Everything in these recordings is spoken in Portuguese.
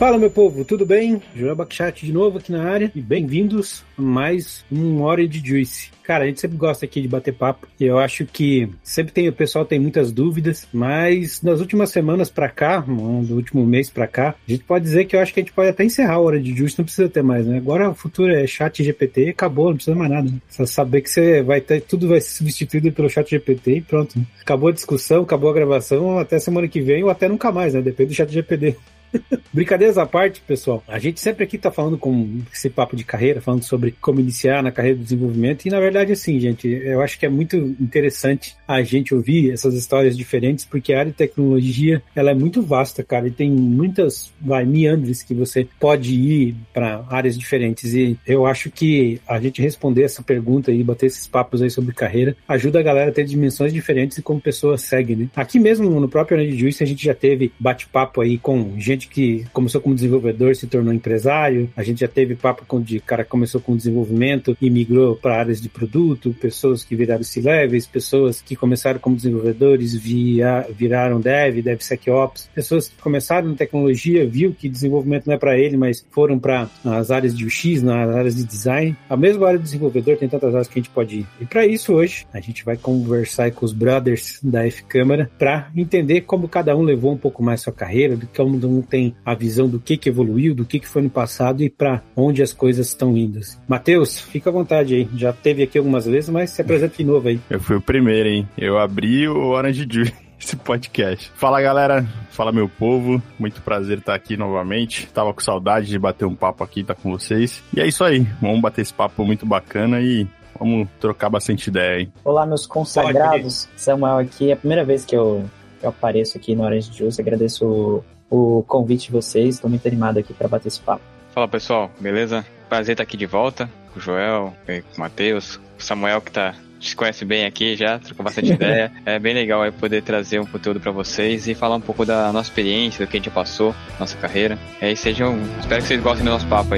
Fala, meu povo, tudo bem? Joel Bakhshat de novo aqui na área e bem-vindos a mais uma hora de Juice. Cara, a gente sempre gosta aqui de bater papo e eu acho que sempre o pessoal tem muitas dúvidas, mas nas últimas semanas pra cá, do último mês pra cá, a gente pode dizer que eu acho que a gente pode até encerrar a hora de Juice, não precisa ter mais, né? Agora o futuro é chat GPT e acabou, não precisa mais nada. Né? Só saber que você vai ter, tudo vai ser substituído pelo chat GPT e pronto. Né? Acabou a discussão, acabou a gravação, até semana que vem ou até nunca mais, né? Depende do chat GPT. Brincadeiras à parte, pessoal, a gente sempre aqui tá falando com esse papo de carreira, falando sobre como iniciar na carreira do desenvolvimento e na verdade assim, gente, eu acho que é muito interessante a gente ouvir essas histórias diferentes porque a área de tecnologia, ela é muito vasta, cara, e tem muitas meandres que você pode ir para áreas diferentes e eu acho que a gente responder essa pergunta e bater esses papos aí sobre carreira ajuda a galera a ter dimensões diferentes e como pessoa segue, né? Aqui mesmo no próprio Hora de Juice a gente já teve bate-papo aí com gente que começou como desenvolvedor, se tornou empresário. A gente já teve papo de cara que começou com desenvolvimento e migrou para áreas de produto, pessoas que viraram C-Levels, pessoas que começaram como desenvolvedores, viraram DevSecOps, pessoas que começaram em tecnologia, viu que desenvolvimento não é para ele, mas foram para as áreas de UX, nas áreas de design. A mesma área de desenvolvedor tem tantas áreas que a gente pode ir. E para isso hoje, a gente vai conversar com os brothers da F-Câmara para entender como cada um levou um pouco mais sua carreira, do que cada um tem a visão do que evoluiu, do que foi no passado e para onde as coisas estão indo. Matheus, fica à vontade aí. Já teve aqui algumas vezes, mas se apresenta de novo aí. Eu fui o primeiro, hein? Eu abri o Orange Juice, esse podcast. Fala, galera. Fala, meu povo. Muito prazer estar aqui novamente. Tava com saudade de bater um papo aqui, estar com vocês. E é isso aí. Vamos bater esse papo muito bacana e vamos trocar bastante ideia, hein? Olá, meus consagrados. Samuel aqui. É a primeira vez que eu apareço aqui no Orange Juice. Agradeço o convite de vocês, estou muito animado aqui para bater esse papo. Fala, pessoal, beleza? Prazer estar aqui de volta com o Joel, com o Matheus, o Samuel que se conhece bem aqui já, trocou bastante ideia. É bem legal aí poder trazer um conteúdo para vocês e falar um pouco da nossa experiência, do que a gente já passou, nossa carreira. Espero que vocês gostem do nosso papo aí.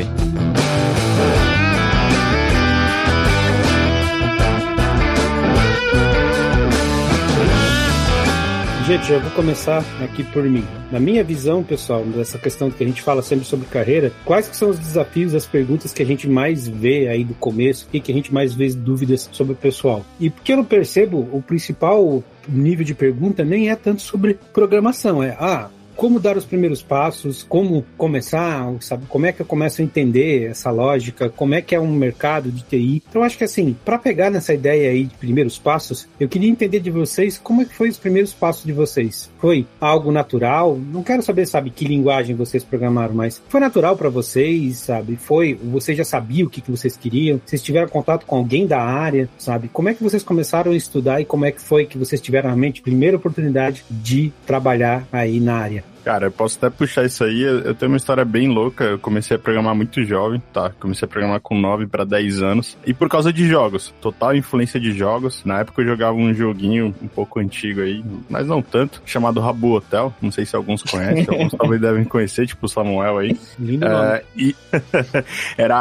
Gente, já vou começar aqui por mim. Na minha visão, pessoal, dessa questão que a gente fala sempre sobre carreira, quais que são os desafios, as perguntas que a gente mais vê aí do começo e que a gente mais vê dúvidas sobre o pessoal? E porque eu não percebo, o principal nível de pergunta nem é tanto sobre programação, como dar os primeiros passos, como começar, sabe? Como é que eu começo a entender essa lógica, como é que é um mercado de TI. Então, eu acho que assim, para pegar nessa ideia aí de primeiros passos, eu queria entender de vocês como é que foi os primeiros passos de vocês. Foi algo natural? Não quero saber, sabe, que linguagem vocês programaram, mas foi natural para vocês, sabe? Vocês já sabiam o que vocês queriam? Vocês tiveram contato com alguém da área, sabe? Como é que vocês começaram a estudar e como é que foi que vocês tiveram realmente a primeira oportunidade de trabalhar aí na área? Cara, eu posso até puxar isso aí, eu tenho uma história bem louca, eu comecei a programar muito jovem, tá? Comecei a programar com 9 para 10 anos, e por causa de jogos, total influência de jogos. Na época eu jogava um joguinho um pouco antigo aí, mas não tanto, chamado Habbo Hotel, não sei se alguns conhecem, alguns talvez devem conhecer, tipo o Samuel aí. Lindo nome. E era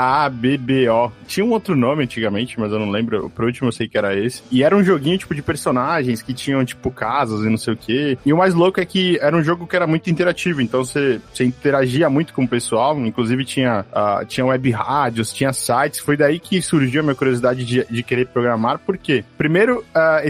HABBO, tinha um outro nome antigamente, mas eu não lembro, pro último eu sei que era esse, e era um joguinho tipo de personagens que tinham tipo casas e não sei o que, e o mais louco é que era um jogo que era muito interativo, então você interagia muito com o pessoal, inclusive tinha web rádios, tinha sites, foi daí que surgiu a minha curiosidade de querer programar, porque primeiro,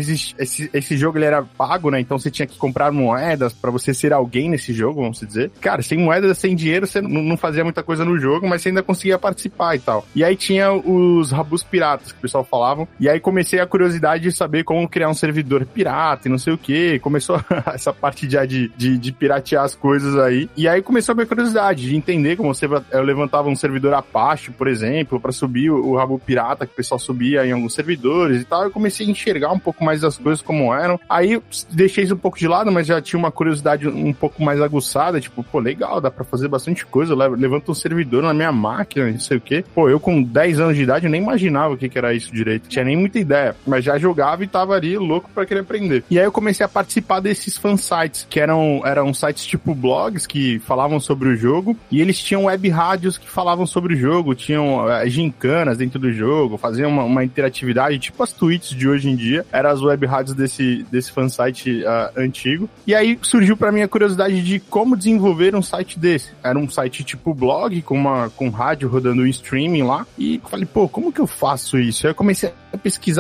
esse jogo ele era pago, né, então você tinha que comprar moedas pra você ser alguém nesse jogo, vamos dizer. Cara, sem moedas, sem dinheiro, você não fazia muita coisa no jogo, mas você ainda conseguia participar e tal. E aí tinha os Habbos piratas, que o pessoal falava, e aí comecei a curiosidade de saber como criar um servidor pirata e não sei o que, começou essa parte já de piratear as coisas aí. E aí começou a minha curiosidade de entender como eu levantava um servidor Apache, por exemplo, para subir o Habbo pirata que o pessoal subia em alguns servidores e tal. Eu comecei a enxergar um pouco mais as coisas como eram. Aí deixei isso um pouco de lado, mas já tinha uma curiosidade um pouco mais aguçada, tipo, pô, legal, dá pra fazer bastante coisa. Eu levanto um servidor na minha máquina, não sei o quê. Pô, eu com 10 anos de idade eu nem imaginava o que era isso direito. Tinha nem muita ideia, mas já jogava e tava ali louco pra querer aprender. E aí eu comecei a participar desses fansites, que eram sites tipo blogs que falavam sobre o jogo, e eles tinham web rádios que falavam sobre o jogo, tinham gincanas dentro do jogo, faziam uma interatividade, tipo as tweets de hoje em dia, eram as web rádios desse fansite antigo. E aí surgiu pra mim a curiosidade de como desenvolver um site desse. Era um site tipo blog, com rádio rodando o streaming lá, e falei, pô, como que eu faço isso? Aí eu comecei a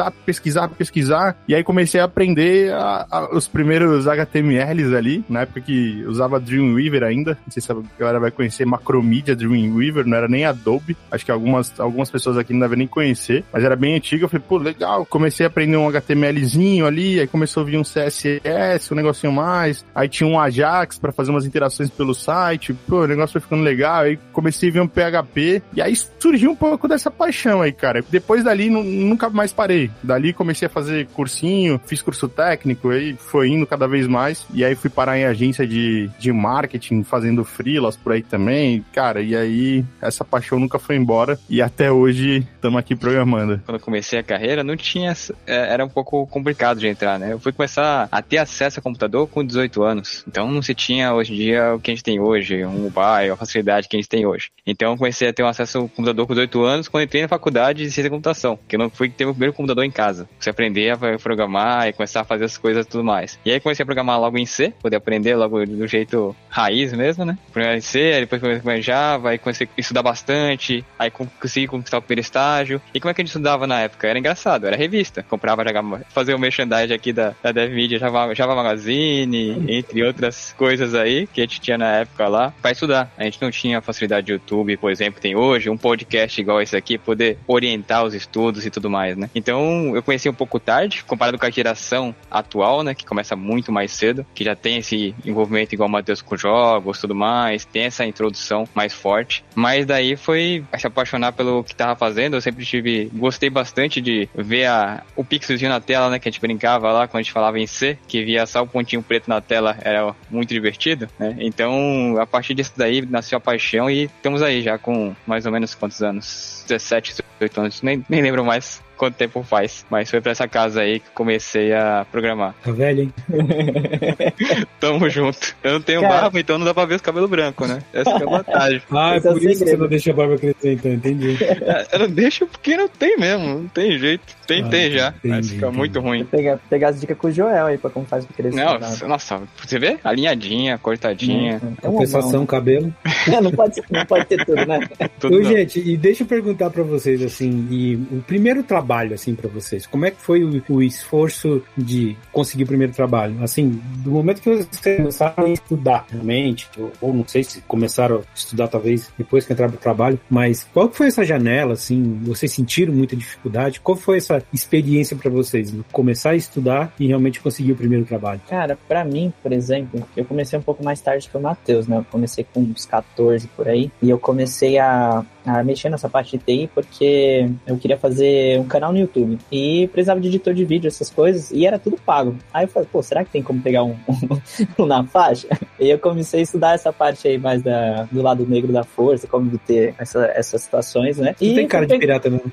pesquisar, e aí comecei a aprender os primeiros HTMLs ali, na época que usava Dreamweaver ainda, não sei se a galera vai conhecer Macromedia Dreamweaver, não era nem Adobe, acho que algumas pessoas aqui não devem nem conhecer, mas era bem antigo. Eu falei, pô, legal, comecei a aprender um HTMLzinho ali, aí começou a vir um CSS, um negocinho mais, aí tinha um Ajax pra fazer umas interações pelo site, pô, o negócio foi ficando legal, aí comecei a ver um PHP, e aí surgiu um pouco dessa paixão aí, cara. Depois dali, nunca mais parei. Dali comecei a fazer cursinho, fiz curso técnico, aí foi indo cada vez mais, e aí fui parar em agência de marketing, fazendo freelas por aí também, cara, e aí essa paixão nunca foi embora, e até hoje estamos aqui programando. Quando eu comecei a carreira, não tinha, era um pouco complicado de entrar, né? Eu fui começar a ter acesso a computador com 18 anos, então não se tinha hoje em dia o que a gente tem hoje, um mobile, a facilidade que a gente tem hoje. Então eu comecei a ter um acesso ao computador com 18 anos quando entrei na faculdade de ciência da computação, que eu não fui ter o primeiro computador em casa. Você aprender a programar e começar a fazer as coisas e tudo mais. E aí comecei a programar logo em C, poder aprender logo do jeito raiz mesmo, né? Primeiro em C, aí depois comecei em Java, aí comecei a estudar bastante, aí consegui conquistar o primeiro estágio. E como é que a gente estudava na época? Era engraçado, era revista. Comprava, fazia o merchandising aqui da DevMedia, Java Magazine, entre outras coisas aí que a gente tinha na época lá, pra estudar. A gente não tinha a facilidade de YouTube, por exemplo, que tem hoje, um podcast igual esse aqui, poder orientar os estudos e tudo mais, né? Então, eu conheci um pouco tarde, comparado com a geração atual, né, que começa muito mais cedo, que já tem esse envolvimento igual o Matheus com jogos, tudo mais, tem essa introdução mais forte, mas daí foi se apaixonar pelo que tava fazendo. Eu sempre gostei bastante de ver o pixelzinho na tela, né, que a gente brincava lá quando a gente falava em C, que via só o pontinho preto na tela, era muito divertido, né? Então, a partir disso daí, nasceu a paixão e estamos aí já com mais ou menos quantos anos? 17, 18 anos, nem lembro mais quanto tempo faz, mas foi pra essa casa aí que comecei a programar. Tá velho, hein? Tamo junto. Eu não tenho barba, então não dá pra ver os cabelos brancos, né? Essa é a vantagem. É por isso que você não deixa a barba crescer, então, entendi. Eu não deixo porque não tem mesmo, não tem jeito. Tentei já, mas fica muito ruim. Pegar as dicas com o Joel aí pra como faz pra crescer. Nossa, você vê? Alinhadinha, cortadinha. Compensação, cabelo. Não pode ter tudo, né? Tudo gente, e deixa eu perguntar pra vocês, assim, e o primeiro trabalho, assim, pra vocês, como é que foi o esforço de conseguir o primeiro trabalho? Assim, do momento que vocês começaram a estudar, realmente, ou não sei se começaram a estudar, talvez, depois que entraram pro trabalho, mas qual que foi essa janela, assim, vocês sentiram muita dificuldade? Qual foi essa experiência pra vocês, começar a estudar e realmente conseguir o primeiro trabalho? Cara, pra mim, por exemplo, eu comecei um pouco mais tarde que o Matheus, né? Eu comecei com uns 14 por aí, e eu comecei a mexer nessa parte de TI porque eu queria fazer um canal no YouTube e precisava de editor de vídeo, essas coisas, e era tudo pago. Aí eu falei, pô, será que tem como pegar um na faixa? E eu comecei a estudar essa parte aí mais do lado negro da força, como ter essas situações, né? E tem cara de pirata mesmo.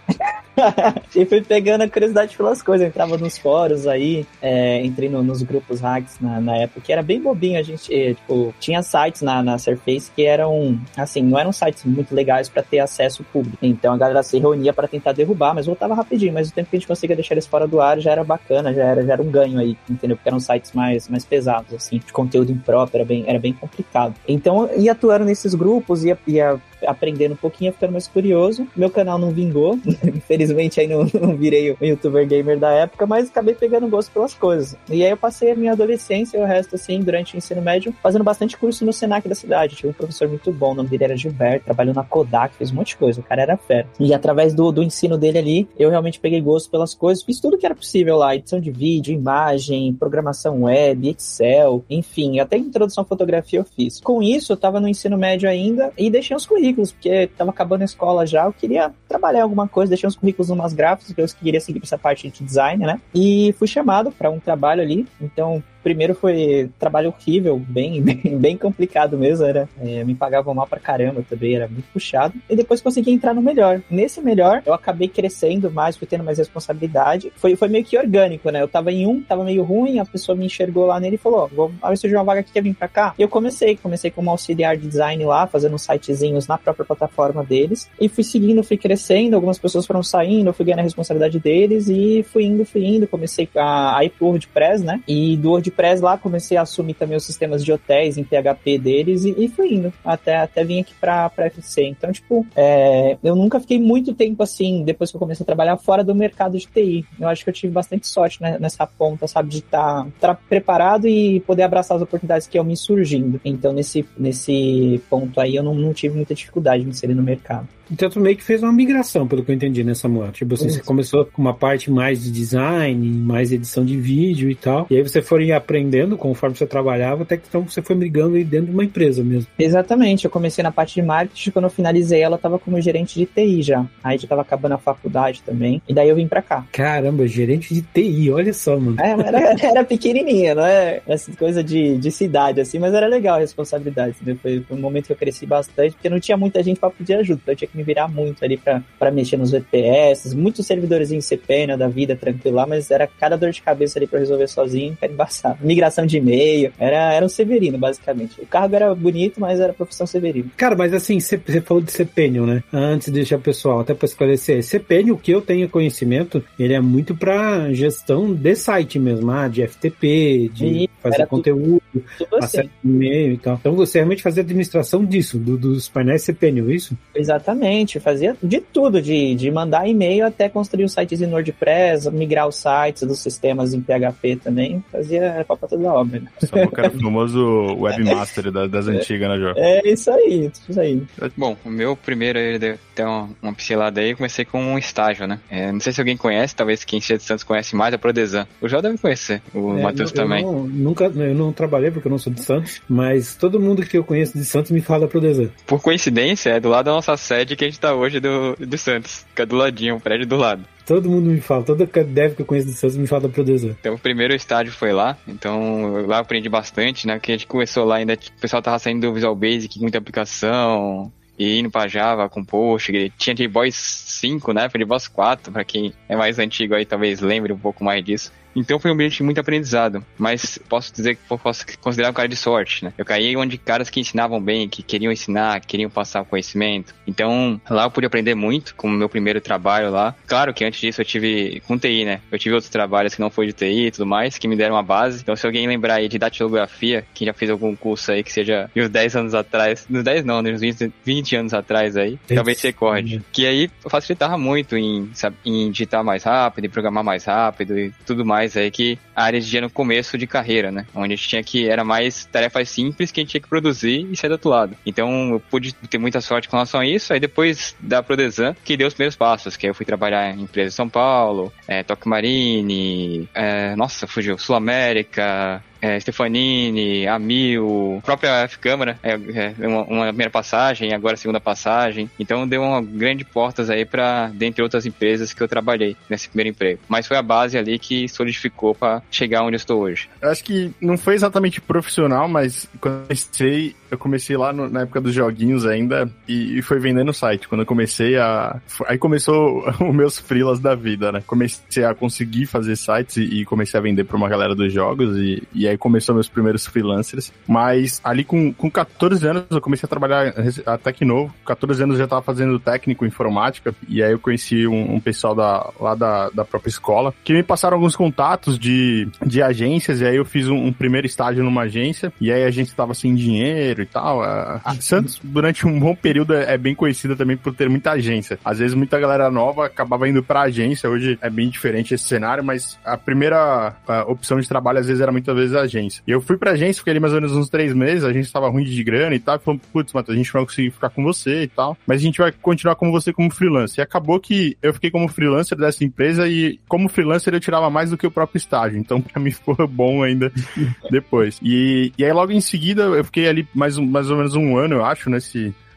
E fui pegando a curiosidade pelas coisas, eu entrava nos fóruns aí, entrei nos grupos hacks na época, que era bem bobinho, a gente, tinha sites na Surface que eram, assim, não eram sites muito legais pra ter acesso público, então a galera se reunia pra tentar derrubar, mas voltava rapidinho, mas o tempo que a gente conseguia deixar eles fora do ar já era bacana, já era um ganho aí, entendeu? Porque eram sites mais pesados, assim, de conteúdo impróprio, era bem complicado. Então, ia atuando nesses grupos, ia aprendendo um pouquinho, ficando mais curioso. Meu canal não vingou, infelizmente aí não virei o youtuber gamer da época, mas acabei pegando gosto pelas coisas. E aí eu passei a minha adolescência e o resto, assim, durante o ensino médio, fazendo bastante curso no Senac da cidade. Tive um professor muito bom, o nome dele era Gilberto, trabalhou na Kodak, fez um monte de coisa, o cara era fera. E através do ensino dele ali, eu realmente peguei gosto pelas coisas, fiz tudo que era possível lá, edição de vídeo, imagem, programação web, Excel, enfim, até introdução à fotografia eu fiz. Com isso, eu tava no ensino médio ainda e deixei uns currículos, porque tava acabando a escola já, eu queria trabalhar em alguma coisa, deixei uns currículos umas gráficas, porque eu queria seguir essa parte de design, né? E fui chamado para um trabalho ali, então primeiro foi trabalho horrível, bem complicado mesmo, me pagavam mal pra caramba também, era muito puxado, e depois consegui entrar no melhor. Nesse melhor, eu acabei crescendo mais, fui tendo mais responsabilidade, foi meio que orgânico, né? Eu tava em tava meio ruim, a pessoa me enxergou lá nele e falou, vamos ver se surgiu uma vaga que quer vir pra cá. E eu comecei como auxiliar de design lá, fazendo uns sitezinhos na própria plataforma deles, e fui seguindo, fui crescendo, algumas pessoas foram saindo, eu fui ganhando a responsabilidade deles, e fui indo, comecei a ir pro WordPress, né? E do WordPress lá, comecei a assumir também os sistemas de hotéis em PHP deles, e fui indo, até vir aqui pra FC. Então, tipo, eu nunca fiquei muito tempo assim, depois que eu comecei a trabalhar fora do mercado de TI. Eu acho que eu tive bastante sorte, né, nessa ponta, sabe, de estar preparado e poder abraçar as oportunidades que iam me surgindo. Então, nesse ponto aí, eu não tive muita dificuldade de me inserir no mercado. Então tu meio que fez uma migração, pelo que eu entendi, né, Samuel? Tipo assim, você começou com uma parte mais de design, mais edição de vídeo e tal, e aí você foi aprendendo conforme você trabalhava, até que então você foi migrando aí dentro de uma empresa mesmo. Exatamente, eu comecei na parte de marketing, quando eu finalizei ela, eu tava como gerente de TI já. Aí já tava acabando a faculdade também, e daí eu vim pra cá. Caramba, gerente de TI, olha só, mano. Era pequenininha, não é essa coisa de cidade, assim, mas era legal a responsabilidade, né? Foi um momento que eu cresci bastante, porque não tinha muita gente pra pedir ajuda, então eu tinha que me virar muito ali pra mexer nos VPS, muitos servidores em CPN da vida, tranquilo lá, mas era cada dor de cabeça ali pra resolver sozinho, que era embaçado. Migração de e-mail, era um Severino, basicamente. O cargo era bonito, mas era profissão Severino. Cara, mas assim, você falou de CPN, né? Antes de deixar o pessoal, até pra esclarecer, CPN, o que eu tenho conhecimento, ele é muito pra gestão de site mesmo, de FTP, de fazer conteúdo, tudo acesso assim. E-mail e tal. Então você realmente fazia administração disso, dos painéis CPN, é isso? Exatamente, fazia de tudo, de mandar e-mail até construir os sites em WordPress, migrar os sites dos sistemas em PHP também, fazia pra toda a obra. Né? O cara famoso webmaster das antigas, né, João? É isso aí. Bom, o meu primeiro, ele deu até uma pincelada aí, eu comecei com um estágio, né? Não sei se alguém conhece, talvez quem seja de Santos conhece mais, a Prodesan. O João deve conhecer, o Matheus também. Eu não trabalhei porque eu não sou de Santos, mas todo mundo que eu conheço de Santos me fala Prodesan. Por coincidência, é do lado da nossa sede que a gente tá hoje do Santos, que é do ladinho, um prédio do lado. Todo mundo me fala, toda dev que eu conheço de Santos me fala da Prodesan. Então o primeiro estágio foi lá, então lá eu aprendi bastante, né, porque a gente começou lá ainda, o pessoal tava saindo do Visual Basic, muita aplicação, e indo pra Java com Postgre, tinha JBoss 5, né, JBoss 4, pra quem é mais antigo aí talvez lembre um pouco mais disso. Então foi um ambiente de muito aprendizado, mas posso dizer que posso considerar um cara de sorte, né? Eu caí onde caras que ensinavam bem, que queriam ensinar, que queriam passar o conhecimento. Então lá eu pude aprender muito, como meu primeiro trabalho lá. Claro que antes disso eu tive com TI, né? Eu tive outros trabalhos que não foi de TI e tudo mais, que me deram uma base. Então se alguém lembrar aí de datilografia, quem já fez algum curso aí que seja de uns 10 anos atrás, nos 10 não, uns 20 anos atrás aí, talvez se recorde. Que aí facilitava muito em digitar mais rápido, em programar mais rápido e tudo mais. Aí que a área de no começo de carreira, né? Onde a gente era mais tarefas simples que a gente tinha que produzir e sair do outro lado. Então eu pude ter muita sorte com relação a isso. Aí depois da Prodesan, que deu os primeiros passos, que aí eu fui trabalhar em empresa de São Paulo, Tokyo Marine, fugiu, Sul América, Stefanini, Amil, própria F-Câmara, uma primeira passagem, agora a segunda passagem. Então deu uma grande portas aí pra, dentre outras empresas que eu trabalhei nesse primeiro emprego. Mas foi a base ali que solidificou pra chegar onde eu estou hoje. Eu acho que não foi exatamente profissional, mas quando eu comecei lá na época dos joguinhos ainda e foi vendendo o site. Quando eu comecei aí começou os meus freelas da vida, né? Comecei a conseguir fazer sites e comecei a vender pra uma galera dos jogos e aí começou meus primeiros freelancers, mas ali com 14 anos eu comecei a trabalhar até que novo, 14 anos eu já estava fazendo técnico em informática, e aí eu conheci um pessoal lá da própria escola, que me passaram alguns contatos de agências, e aí eu fiz um primeiro estágio numa agência, e aí a gente estava sem dinheiro e tal. A Santos, durante um bom período, é bem conhecida também por ter muita agência. Às vezes muita galera nova acabava indo pra agência, hoje é bem diferente esse cenário, mas a primeira opção de trabalho às vezes era muitas vezes a agência. E eu fui pra agência, fiquei ali mais ou menos uns 3 meses, a gente tava ruim de grana e tal, e falou, putz, Matheus, a gente não vai conseguir ficar com você e tal, mas a gente vai continuar com você como freelancer. E acabou que eu fiquei como freelancer dessa empresa e como freelancer eu tirava mais do que o próprio estágio, então pra mim ficou bom ainda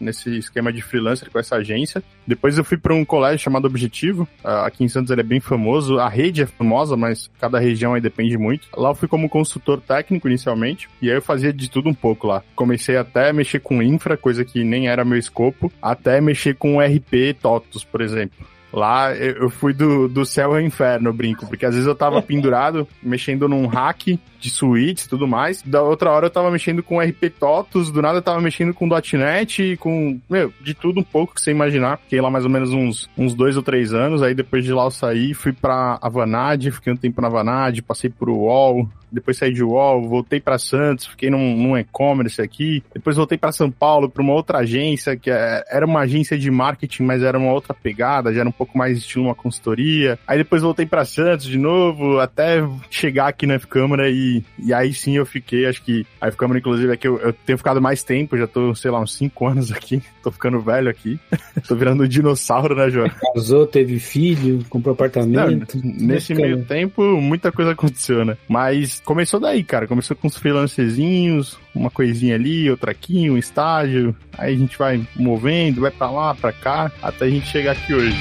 nesse esquema de freelancer com essa agência. Depois eu fui para um colégio chamado Objetivo. Aqui em Santos ele é bem famoso. A rede é famosa, mas cada região aí depende muito. Lá eu fui como consultor técnico inicialmente, e aí eu fazia de tudo um pouco lá. Comecei até a mexer com infra, coisa que nem era meu escopo, até mexer com RP TOTUS, por exemplo. Lá eu fui do céu ao inferno, eu brinco, porque às vezes eu tava pendurado, mexendo num hack de suítes e tudo mais. Da outra hora eu tava mexendo com RP TOTUS, do nada eu tava mexendo com .NET, com, de tudo um pouco que você imaginar. Fiquei lá mais ou menos uns 2 ou 3 anos, aí depois de lá eu saí, fui pra Avanade, fiquei um tempo na Avanade, passei por UOL, depois saí de UOL, voltei pra Santos, fiquei num e-commerce aqui, depois voltei pra São Paulo, pra uma outra agência, que era uma agência de marketing, mas era uma outra pegada, já era um pouco mais estilo uma consultoria. Aí depois voltei pra Santos de novo, até chegar aqui na F-Câmara e aí sim eu fiquei, acho que a F-Câmara, inclusive, é que eu tenho ficado mais tempo, já tô, sei lá, uns 5 anos aqui, tô ficando velho aqui, tô virando um dinossauro, né, João? Casou, teve filho, comprou apartamento. Não, nesse meio tempo, muita coisa aconteceu, né? Mas começou daí, cara, começou com uns freelancerzinhos, uma coisinha ali, outra aqui, um estágio, aí a gente vai movendo, vai pra lá, pra cá, até a gente chegar aqui hoje.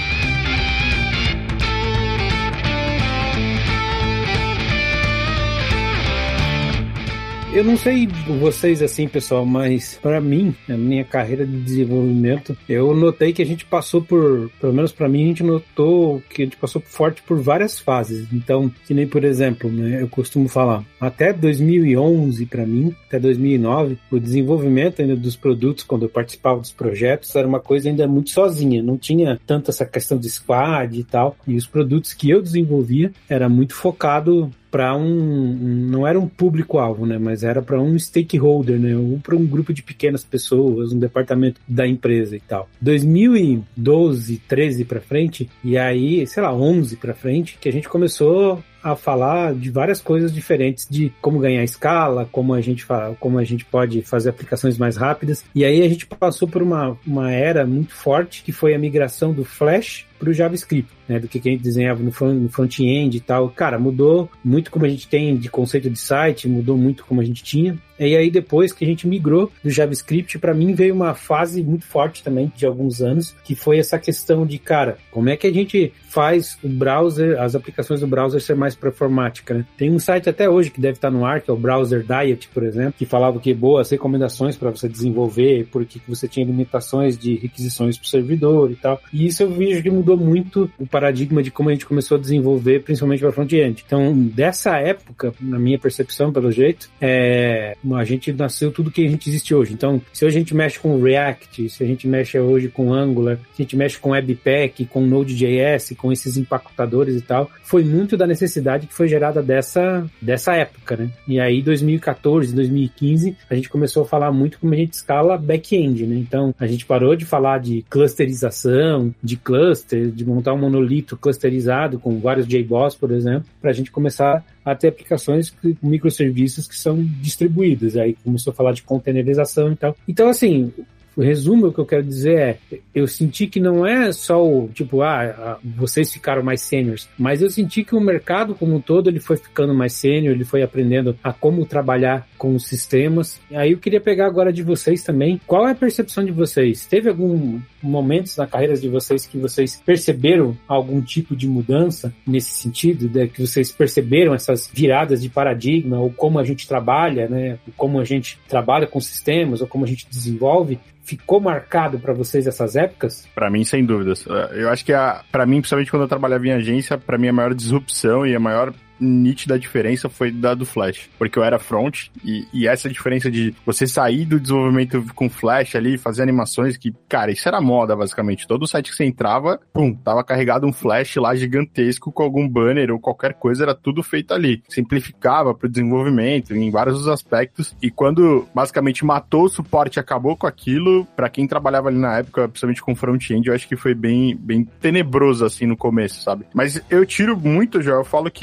Eu não sei vocês assim, pessoal, mas pra mim, na minha carreira de desenvolvimento, eu notei que a gente passou por, pelo menos pra mim, a gente notou que a gente passou forte por várias fases. Então, que nem, por exemplo, né, eu costumo falar, até 2011 pra mim, até 2009, o desenvolvimento ainda dos produtos, quando eu participava dos projetos, era uma coisa ainda muito sozinha, não tinha tanto essa questão de squad e tal, e os produtos que eu desenvolvia era muito focado para não era um público-alvo, né, mas era para um stakeholder, né, ou para um grupo de pequenas pessoas, um departamento da empresa e tal. 2012, 13 para frente, e aí, sei lá, 11 para frente, que a gente começou a falar de várias coisas diferentes, de como ganhar escala, como a gente pode fazer aplicações mais rápidas, e aí a gente passou por uma era muito forte, que foi a migração do Flash para o JavaScript, né, do que a gente desenhava no front-end e tal. Cara, mudou muito como a gente tem de conceito de site, mudou muito como a gente tinha. E aí depois que a gente migrou do JavaScript, para mim veio uma fase muito forte também, de alguns anos, que foi essa questão de, cara, como é que a gente faz o browser, as aplicações do browser ser mais performática, né? Tem um site até hoje que deve estar no ar, que é o Browser Diet, por exemplo, que falava que boas recomendações para você desenvolver, porque você tinha limitações de requisições para o servidor e tal. E isso eu vejo que mudou muito o paradigma de como a gente começou a desenvolver, principalmente para front-end. Então, dessa época, na minha percepção, pelo jeito, a gente nasceu tudo que a gente existe hoje. Então, se hoje a gente mexe com React, se a gente mexe hoje com Angular, se a gente mexe com Webpack, com Node.js, com esses empacotadores e tal, foi muito da necessidade que foi gerada dessa época, né? E aí, 2014, 2015, a gente começou a falar muito como a gente escala back-end, né? Então, a gente parou de falar de clusterização, de cluster, de montar um monolito clusterizado com vários JBoss, por exemplo, para a gente começar a ter aplicações com microserviços que são distribuídos. Aí começou a falar de containerização e tal. Então, assim, o resumo que eu quero dizer é, eu senti que não é só o, tipo, vocês ficaram mais sêniors, mas eu senti que o mercado como um todo, ele foi ficando mais sênior, ele foi aprendendo a como trabalhar com os sistemas. E aí eu queria pegar agora de vocês também, qual é a percepção de vocês? Teve algum momentos na carreira de vocês que vocês perceberam algum tipo de mudança nesse sentido, que vocês perceberam essas viradas de paradigma, ou como a gente trabalha, né, como a gente trabalha com sistemas, ou como a gente desenvolve? Ficou marcado pra vocês essas épocas? Pra mim, sem dúvidas. Eu acho que, pra mim, principalmente quando eu trabalhava em agência, pra mim a maior disrupção e a maior nítida diferença foi da do Flash, porque eu era front e essa diferença de você sair do desenvolvimento com Flash ali, fazer animações que, cara, isso era moda basicamente, todo site que você entrava, tava carregado um Flash lá gigantesco com algum banner ou qualquer coisa, era tudo feito ali, simplificava pro desenvolvimento em vários dos aspectos, e quando basicamente matou o suporte e acabou com aquilo, pra quem trabalhava ali na época, principalmente com front-end, eu acho que foi bem tenebroso assim no começo, sabe? Mas eu tiro muito, já eu falo que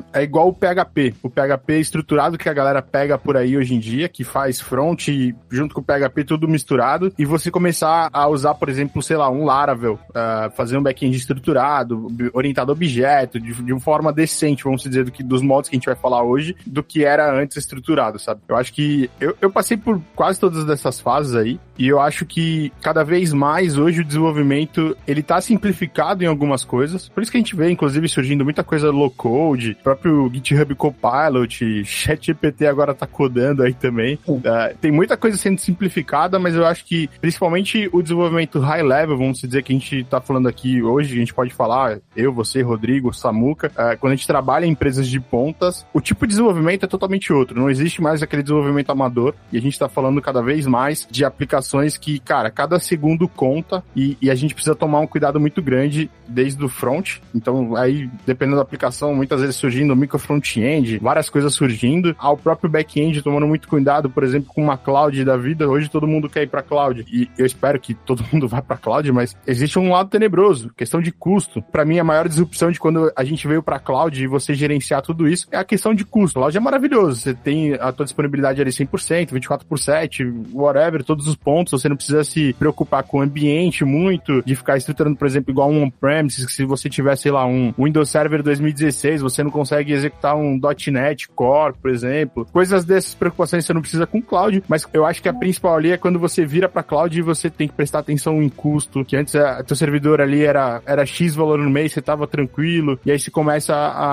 é igual o PHP. O PHP estruturado que a galera pega por aí hoje em dia, que faz front junto com o PHP tudo misturado, e você começar a usar, por exemplo, sei lá, um Laravel, fazer um back-end estruturado, orientado a objeto, de uma forma decente, vamos dizer, dos modos que a gente vai falar hoje, do que era antes estruturado, sabe? Eu acho que eu passei por quase todas dessas fases aí, e eu acho que cada vez mais hoje o desenvolvimento, ele tá simplificado em algumas coisas, por isso que a gente vê, inclusive, surgindo muita coisa low-code, próprio GitHub Copilot, ChatGPT agora tá codando aí também. Tem muita coisa sendo simplificada, mas eu acho que, principalmente o desenvolvimento high-level, vamos dizer, que a gente tá falando aqui hoje, a gente pode falar, eu, você, Rodrigo, Samuca, quando a gente trabalha em empresas de pontas, o tipo de desenvolvimento é totalmente outro, não existe mais aquele desenvolvimento amador, e a gente tá falando cada vez mais de aplicações que, cara, cada segundo conta, e a gente precisa tomar um cuidado muito grande desde o front, então aí, dependendo da aplicação, muitas vezes surgindo micro front-end, várias coisas surgindo, ao próprio back-end tomando muito cuidado, por exemplo, com uma cloud da vida, hoje todo mundo quer ir pra cloud, e eu espero que todo mundo vá pra cloud, mas existe um lado tenebroso, questão de custo. Pra mim, a maior disrupção de quando a gente veio pra cloud e você gerenciar tudo isso é a questão de custo. A cloud é maravilhoso, você tem a tua disponibilidade ali 100%, 24/7, whatever, todos os pontos, você não precisa se preocupar com o ambiente muito, de ficar estruturando, por exemplo, igual um on-premises, que se você tiver, sei lá, um Windows Server 2016, você não consegue executar um .NET Core, por exemplo. Coisas dessas preocupações você não precisa com cloud, mas eu acho que a principal ali é quando você vira pra cloud e você tem que prestar atenção em custo, que antes teu servidor ali era X valor no mês, você tava tranquilo, e aí você começa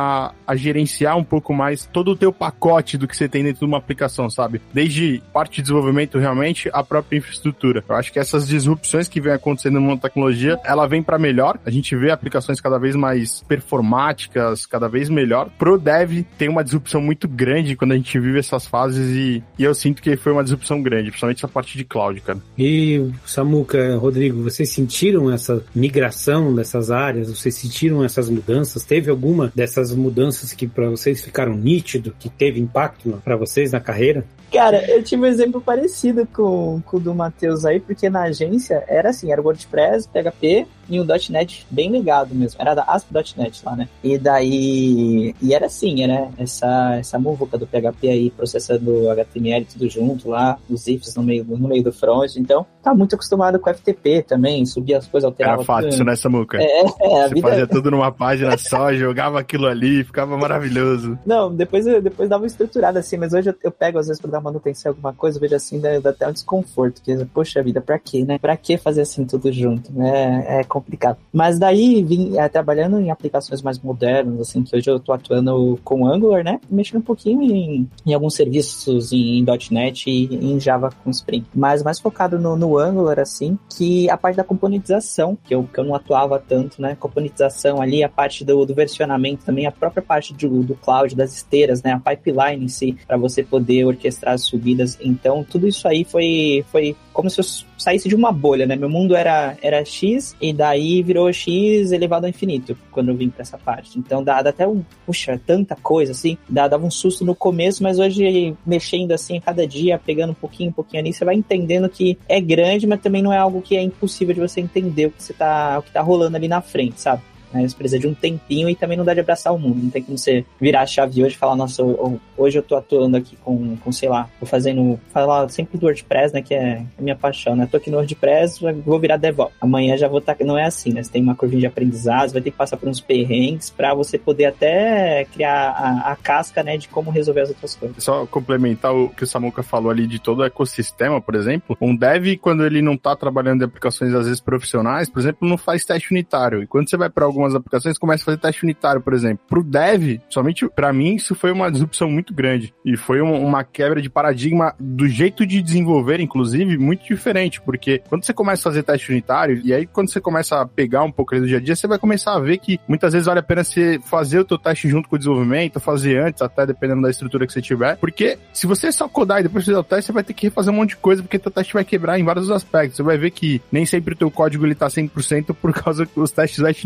a gerenciar um pouco mais todo o teu pacote do que você tem dentro de uma aplicação, sabe? Desde parte de desenvolvimento realmente, a própria infraestrutura. Eu acho que essas disrupções que vem acontecendo numa tecnologia, ela vem pra melhor, a gente vê aplicações cada vez mais performáticas, cada vez melhor. Pro dev tem uma disrupção muito grande quando a gente vive essas fases e eu sinto que foi uma disrupção grande, principalmente essa parte de cloud, cara. E, Samuca, Rodrigo, vocês sentiram essa migração dessas áreas? Vocês sentiram essas mudanças? Teve alguma dessas mudanças que pra vocês ficaram nítido, que teve impacto pra vocês na carreira? Cara, eu tive um exemplo parecido com o do Matheus aí, porque na agência era assim, era o WordPress, PHP e um .NET bem ligado mesmo. Era da ASP.NET lá, né? E daí... E era assim, era essa muvuca do PHP aí, processando HTML tudo junto lá, os ifs no meio do front. Então, tá muito acostumado com FTP também, subia as coisas, alterava... Era fácil, tudo. Né, Samuca? Você fazia tudo numa página só, jogava aquilo ali, ficava maravilhoso. Não, depois dava uma estruturada assim, mas hoje eu pego às vezes pra dar manutenção em alguma coisa, eu vejo assim, dá até um desconforto, que, poxa vida, pra quê, né? Pra que fazer assim tudo junto, né? É complicado. Mas daí, vim trabalhando em aplicações mais modernas, assim, que hoje eu tô atuando com Angular, né? Mexendo um pouquinho em alguns serviços em .NET e em Java com Spring. Mas mais focado no Angular, assim, que a parte da componentização, que eu não atuava tanto, né? Componentização ali, a parte do versionamento também, a própria parte do cloud, das esteiras, né? A pipeline em si, pra você poder orquestrar as subidas. Então, tudo isso aí foi como se eu saísse de uma bolha, né? Meu mundo era X e daí virou X elevado ao infinito quando eu vim pra essa parte. Então, dá até tanta coisa, assim. Dava um susto no começo, mas hoje, mexendo assim, cada dia, pegando um pouquinho ali, você vai entendendo que é grande, mas também não é algo que é impossível de você entender o que tá rolando ali na frente, sabe? Você precisa de um tempinho e também não dá de abraçar o mundo. Não tem como você virar a chave hoje e falar, nossa, hoje eu tô atuando aqui com sei lá, falar sempre do WordPress, né, que é a minha paixão, né? Tô aqui no WordPress, vou virar DevOps. Amanhã já vou estar... Não é assim, né? Você tem uma curvinha de aprendizado, você vai ter que passar por uns perrengues pra você poder até criar a casca, né, de como resolver as outras coisas. Só complementar o que o Samuca falou ali de todo o ecossistema, por exemplo, um dev, quando ele não tá trabalhando em aplicações, às vezes, profissionais, por exemplo, não faz teste unitário. E quando você vai pra algumas aplicações, começa a fazer teste unitário, por exemplo. Pro dev, somente pra mim, isso foi uma disrupção muito grande. E foi uma quebra de paradigma do jeito de desenvolver, inclusive, muito diferente. Porque quando você começa a fazer teste unitário, e aí quando você começa a pegar um pouco ali do dia a dia, você vai começar a ver que muitas vezes vale a pena você fazer o teu teste junto com o desenvolvimento, fazer antes, até dependendo da estrutura que você tiver. Porque se você só codar e depois fazer o teste, você vai ter que refazer um monte de coisa, porque teu teste vai quebrar em vários aspectos. Você vai ver que nem sempre o teu código ele tá 100% por causa que os testes vai te entregar isso.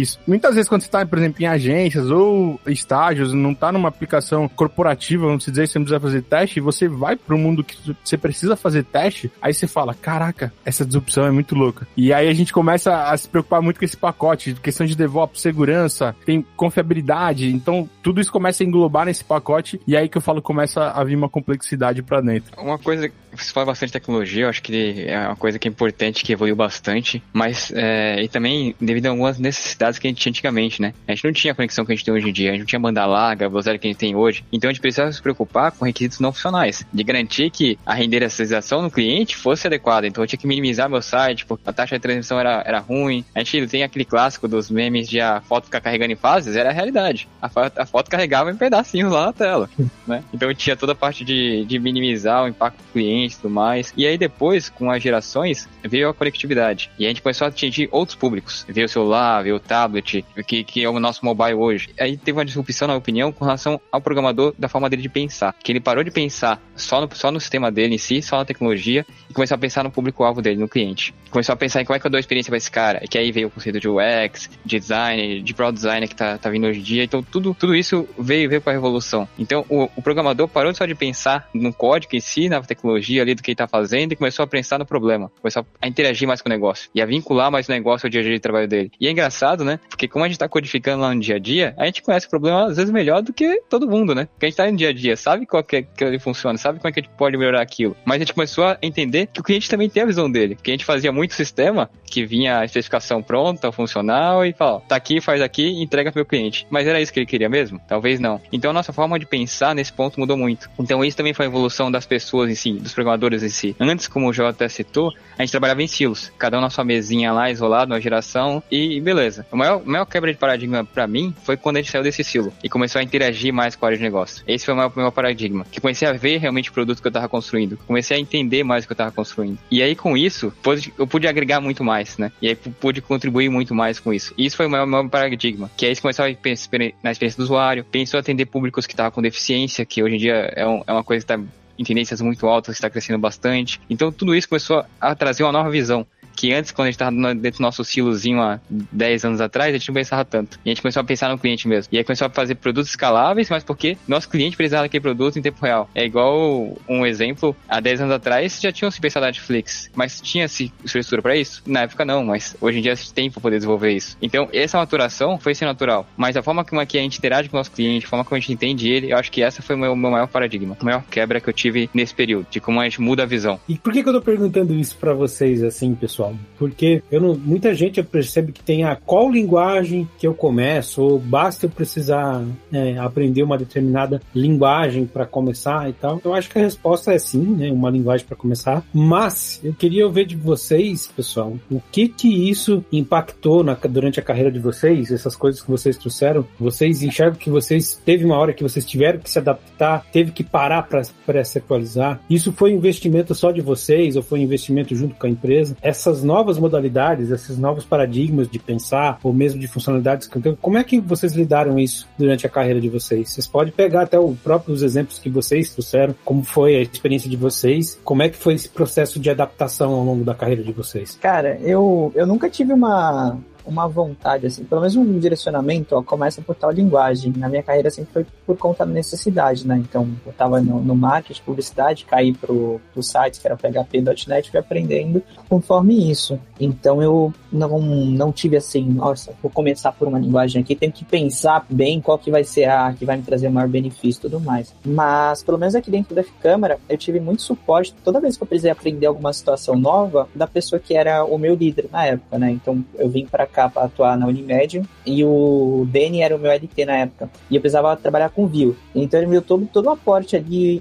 isso. Muitas vezes quando você tá, por exemplo, em agências ou estágios, não tá numa aplicação corporativa, vamos dizer, você não precisa fazer teste, e você vai pro mundo que você precisa fazer teste, aí você fala, caraca, essa disrupção é muito louca. E aí a gente começa a se preocupar muito com esse pacote, questão de DevOps, segurança, tem confiabilidade, então tudo isso começa a englobar nesse pacote, e aí que eu falo, começa a vir uma complexidade pra dentro. Uma coisa, você fala bastante de tecnologia, eu acho que é uma coisa que é importante, que evoluiu bastante, mas e também devido a algumas necessidades que a gente tinha antigamente, né? A gente não tinha a conexão que a gente tem hoje em dia, a gente não tinha banda larga, a velocidade que a gente tem hoje, então a gente precisava se preocupar com requisitos não funcionais, de garantir que a renderização no cliente fosse adequada, então eu tinha que minimizar meu site, porque a taxa de transmissão era ruim, a gente tem aquele clássico dos memes de a foto ficar carregando em fases, era a realidade, a foto carregava em pedacinhos lá na tela, né? Então tinha toda a parte de minimizar o impacto do cliente e tudo mais, e aí depois, com as gerações, veio a conectividade, e a gente começou a atingir outros públicos, veio o celular, veio o tablet, que é o nosso mobile hoje. Aí teve uma disrupção, na minha opinião, com relação ao programador, da forma dele de pensar, que ele parou de pensar só no sistema dele em si, só na tecnologia, e começou a pensar no público-alvo dele, no cliente. Começou a pensar em como é que eu dou experiência pra esse cara, e que aí veio o conceito de UX, de design, de product design que tá vindo hoje em dia, então tudo isso veio com a revolução. Então o programador parou só de pensar no código em si, na tecnologia ali do que ele tá fazendo, e começou a pensar no problema, começou a interagir mais com o negócio, e a vincular mais o negócio ao dia a dia de trabalho dele. E é engraçado, né? Porque como a gente tá codificando lá no dia a dia, a gente conhece o problema às vezes melhor do que todo mundo, né? Porque a gente tá no dia a dia, sabe qual que ele funciona, sabe como é que a gente pode melhorar aquilo. Mas a gente começou a entender que o cliente também tem a visão dele, porque a gente fazia muito sistema que vinha a especificação pronta, funcional, e fala, ó, tá aqui, faz aqui, entrega pro meu cliente. Mas era isso que ele queria mesmo? Talvez não. Então a nossa forma de pensar nesse ponto mudou muito. Então isso também foi a evolução das pessoas em si, dos programadores em si. Antes, como o João até citou, a gente trabalhava em silos, cada um na sua mesinha lá, isolado, uma geração, e beleza. A maior quebra de paradigma pra mim foi quando a gente saiu desse silo e começou a interagir mais com a área de negócio. Esse foi o maior paradigma, que comecei a ver realmente o produto que eu tava construindo, comecei a entender mais o que eu tava construindo. E aí com isso, eu pude agregar muito mais, né? E aí pude contribuir muito mais com isso. E isso foi o maior paradigma, que aí você começou a pensar na experiência do usuário, pensou a atender públicos que estavam com deficiência, que hoje em dia é uma coisa que tá em tendências muito altas, que está crescendo bastante. Então tudo isso começou a trazer uma nova visão, que antes, quando a gente estava dentro do nosso silozinho há 10 anos atrás, a gente não pensava tanto. E a gente começou a pensar no cliente mesmo. E aí começou a fazer produtos escaláveis, mas porque nosso cliente precisava daquele produto em tempo real. É igual um exemplo, há 10 anos atrás já tinham se pensado na Netflix, mas tinha-se estrutura para isso? Na época não, mas hoje em dia a gente tem para poder desenvolver isso. Então essa maturação foi ser natural, mas a forma como aqui a gente interage com o nosso cliente, a forma como a gente entende ele, eu acho que essa foi o meu maior paradigma, a maior quebra que eu tive nesse período, de como a gente muda a visão. E por que eu tô perguntando isso para vocês assim, pessoal? Porque muita gente percebe que tem qual linguagem que eu começo, ou basta eu precisar aprender uma determinada linguagem para começar e tal. Eu acho que a resposta é sim, né, uma linguagem para começar. Mas eu queria ouvir de vocês, pessoal, o que isso impactou durante a carreira de vocês, essas coisas que vocês trouxeram. Vocês enxergam que teve uma hora que vocês tiveram que se adaptar, teve que parar para se atualizar. Isso foi investimento só de vocês ou foi investimento junto com a empresa? Essas novas modalidades, esses novos paradigmas de pensar, ou mesmo de funcionalidades, como é que vocês lidaram isso durante a carreira de vocês? Vocês podem pegar até os próprios exemplos que vocês trouxeram, como foi a experiência de vocês, como é que foi esse processo de adaptação ao longo da carreira de vocês? Cara, eu nunca tive uma vontade, assim, pelo menos um direcionamento, começa por tal linguagem. Na minha carreira sempre foi por conta da necessidade, né? Então, eu tava no marketing, publicidade, caí pro site, que era PHP.NET, fui aprendendo conforme isso. Então, eu não tive assim, nossa, vou começar por uma linguagem aqui, tenho que pensar bem qual que vai ser a que vai me trazer o maior benefício e tudo mais. Mas, pelo menos aqui dentro da F-Câmara, eu tive muito suporte, toda vez que eu precisei aprender alguma situação nova, da pessoa que era o meu líder na época, né? Então, eu vim pra cá para atuar na Unimed, e o Danny era o meu LT na época, e eu precisava trabalhar com Vue. Então ele me deu todo o aporte ali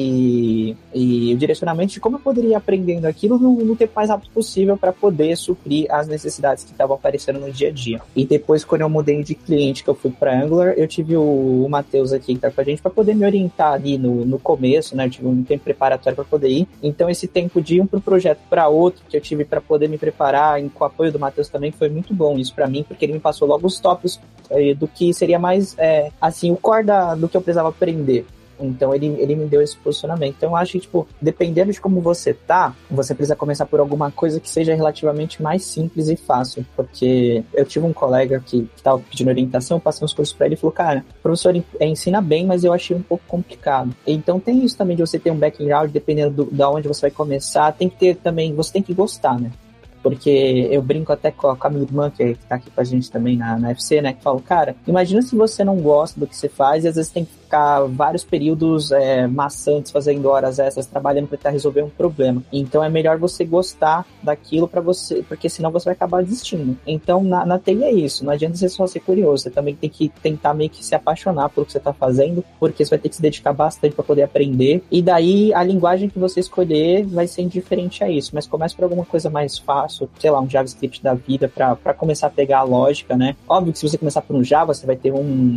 e o direcionamento de como eu poderia ir aprendendo aquilo no tempo mais rápido possível para poder suprir as necessidades que estavam aparecendo no dia a dia. E depois, quando eu mudei de cliente, que eu fui para Angular, eu tive o Matheus aqui que tá com a gente para poder me orientar ali no começo, né? Eu tive um tempo preparatório para poder ir. Então esse tempo de ir para um projeto para outro que eu tive para poder me preparar, e com o apoio do Matheus também, foi muito bom isso para mim, porque ele me passou logo os tópicos do que seria mais, assim, o core do que eu precisava aprender. Então ele me deu esse posicionamento. Então eu acho que, tipo, dependendo de como você tá, você precisa começar por alguma coisa que seja relativamente mais simples e fácil. Porque eu tive um colega que tava pedindo orientação, eu passei uns cursos pra ele e falou, cara, o professor ensina bem, mas eu achei um pouco complicado. Então tem isso também de você ter um background, dependendo da onde você vai começar, tem que ter também, você tem que gostar, né? Porque eu brinco até com a minha irmã, que tá aqui com a gente também na UFC, né? Que falo, cara, imagina se você não gosta do que você faz e às vezes tem que ficar vários períodos maçantes, fazendo horas extras, trabalhando para tentar resolver um problema. Então é melhor você gostar daquilo para você, porque senão você vai acabar desistindo. Então na TI é isso, não adianta você só ser curioso, você também tem que tentar meio que se apaixonar pelo que você tá fazendo, porque você vai ter que se dedicar bastante para poder aprender. E daí a linguagem que você escolher vai ser indiferente a isso, mas comece por alguma coisa mais fácil, sei lá, um JavaScript da vida para começar a pegar a lógica, né? Óbvio que se você começar por um Java, você vai ter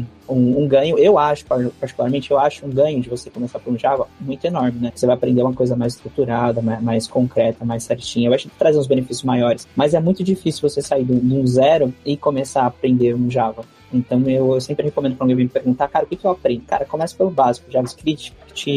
um ganho, eu acho, particularmente, eu acho um ganho de você começar por um Java muito enorme, né? Você vai aprender uma coisa mais estruturada, mais concreta, mais certinha. Eu acho que traz uns benefícios maiores, mas é muito difícil você sair de um zero e começar a aprender um Java. Então eu sempre recomendo para alguém me perguntar, cara, o que eu aprendo? Cara, começa pelo básico, JavaScript,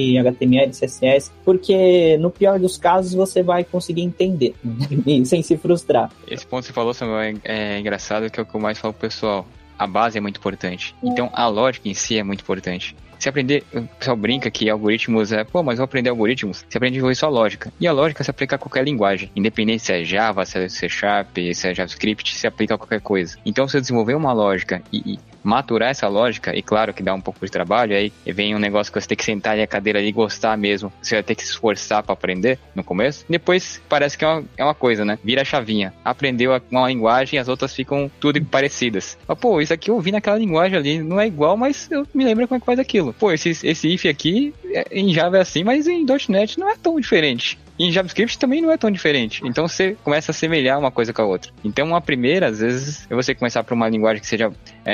HTML, CSS, porque no pior dos casos você vai conseguir entender, sem se frustrar. Esse ponto que você falou, Samuel, é engraçado, que é o que eu mais falo pro pessoal. A base é muito importante. Então a lógica em si é muito importante. Se aprender, o pessoal brinca que algoritmos mas eu vou aprender algoritmos. Você aprende a desenvolver sua lógica. E a lógica se aplica a qualquer linguagem. Independente se é Java, se é C Sharp, se é JavaScript, se aplica a qualquer coisa. Então, se eu desenvolver uma lógica e maturar essa lógica, e claro que dá um pouco de trabalho, aí vem um negócio que você tem que sentar ali a cadeira ali e gostar mesmo. Você vai ter que se esforçar para aprender no começo. Depois, parece que é uma coisa, né? Vira a chavinha. Aprendeu uma linguagem, as outras ficam tudo parecidas. Mas, isso aqui eu vi naquela linguagem ali, não é igual, mas eu me lembro como é que faz aquilo. Esse if aqui em Java é assim, mas em .NET não é tão diferente. E em JavaScript também não é tão diferente. Então você começa a assemelhar uma coisa com a outra. Então a primeira, às vezes, é você começar por uma linguagem que seja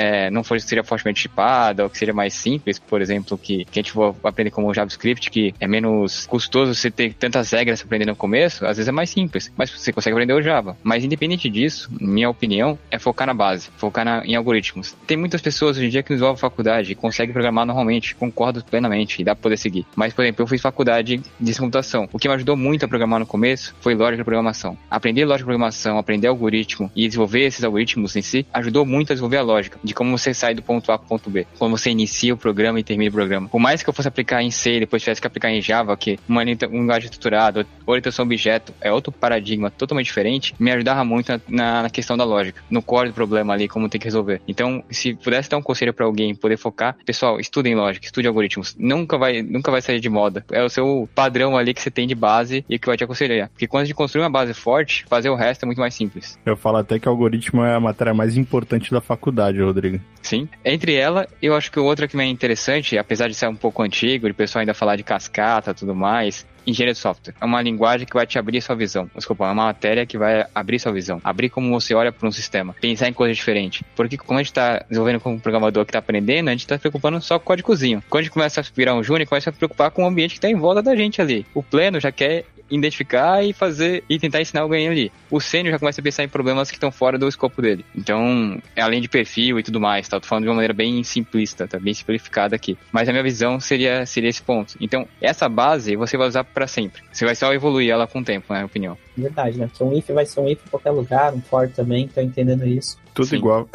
seja fortemente tipada, ou que seja mais simples, por exemplo, que a gente for aprender como JavaScript, que é menos custoso você ter tantas regras para aprender no começo, às vezes é mais simples, mas você consegue aprender o Java. Mas independente disso, minha opinião é focar na base, focar em algoritmos. Tem muitas pessoas hoje em dia que desenvolvem faculdade e conseguem programar normalmente, concordo plenamente, e dá para poder seguir. Mas, por exemplo, eu fiz faculdade de computação. O que me ajudou muito a programar no começo foi lógica de programação. Aprender lógica de programação, aprender algoritmo e desenvolver esses algoritmos em si, ajudou muito a desenvolver a lógica de como você sai do ponto A para o ponto B, como você inicia o programa e termina o programa. Por mais que eu fosse aplicar em C e depois tivesse que aplicar em Java, que uma linguagem estruturada, orientação objeto, é outro paradigma totalmente diferente, me ajudava muito na questão da lógica, no core do problema ali, como tem que resolver. Então, se pudesse dar um conselho para alguém poder focar, pessoal, estudem lógica, estude algoritmos. Nunca vai sair de moda. É o seu padrão ali que você tem de base e que vai te aconselhar. Porque quando a gente construir uma base forte, fazer o resto é muito mais simples. Eu falo até que o algoritmo é a matéria mais importante da faculdade, Rodrigo. Sim. Entre ela, eu acho que outra que é interessante, apesar de ser um pouco antigo, de pessoal ainda falar de cascata e tudo mais, engenharia de software. É uma linguagem que vai te abrir sua visão. Desculpa, é uma matéria que vai abrir sua visão. Abrir como você olha para um sistema. Pensar em coisas diferentes. Porque como a gente está desenvolvendo como programador que está aprendendo, a gente está se preocupando só com o códigozinho. Quando a gente começa a virar um júnior, começa a se preocupar com o ambiente que está em volta da gente ali. O pleno já quer identificar e tentar ensinar alguém ali. O sênior já começa a pensar em problemas que estão fora do escopo dele. Então, além de perfil e tudo mais, tá? Tô falando de uma maneira bem simplista, tá? Bem simplificada aqui. Mas a minha visão seria esse ponto. Então, essa base você vai usar para sempre. Você vai só evoluir ela com o tempo, na minha opinião. Verdade, né? Porque um if vai ser um if em qualquer lugar, um for também, tô entendendo isso. Tudo Sim. igual.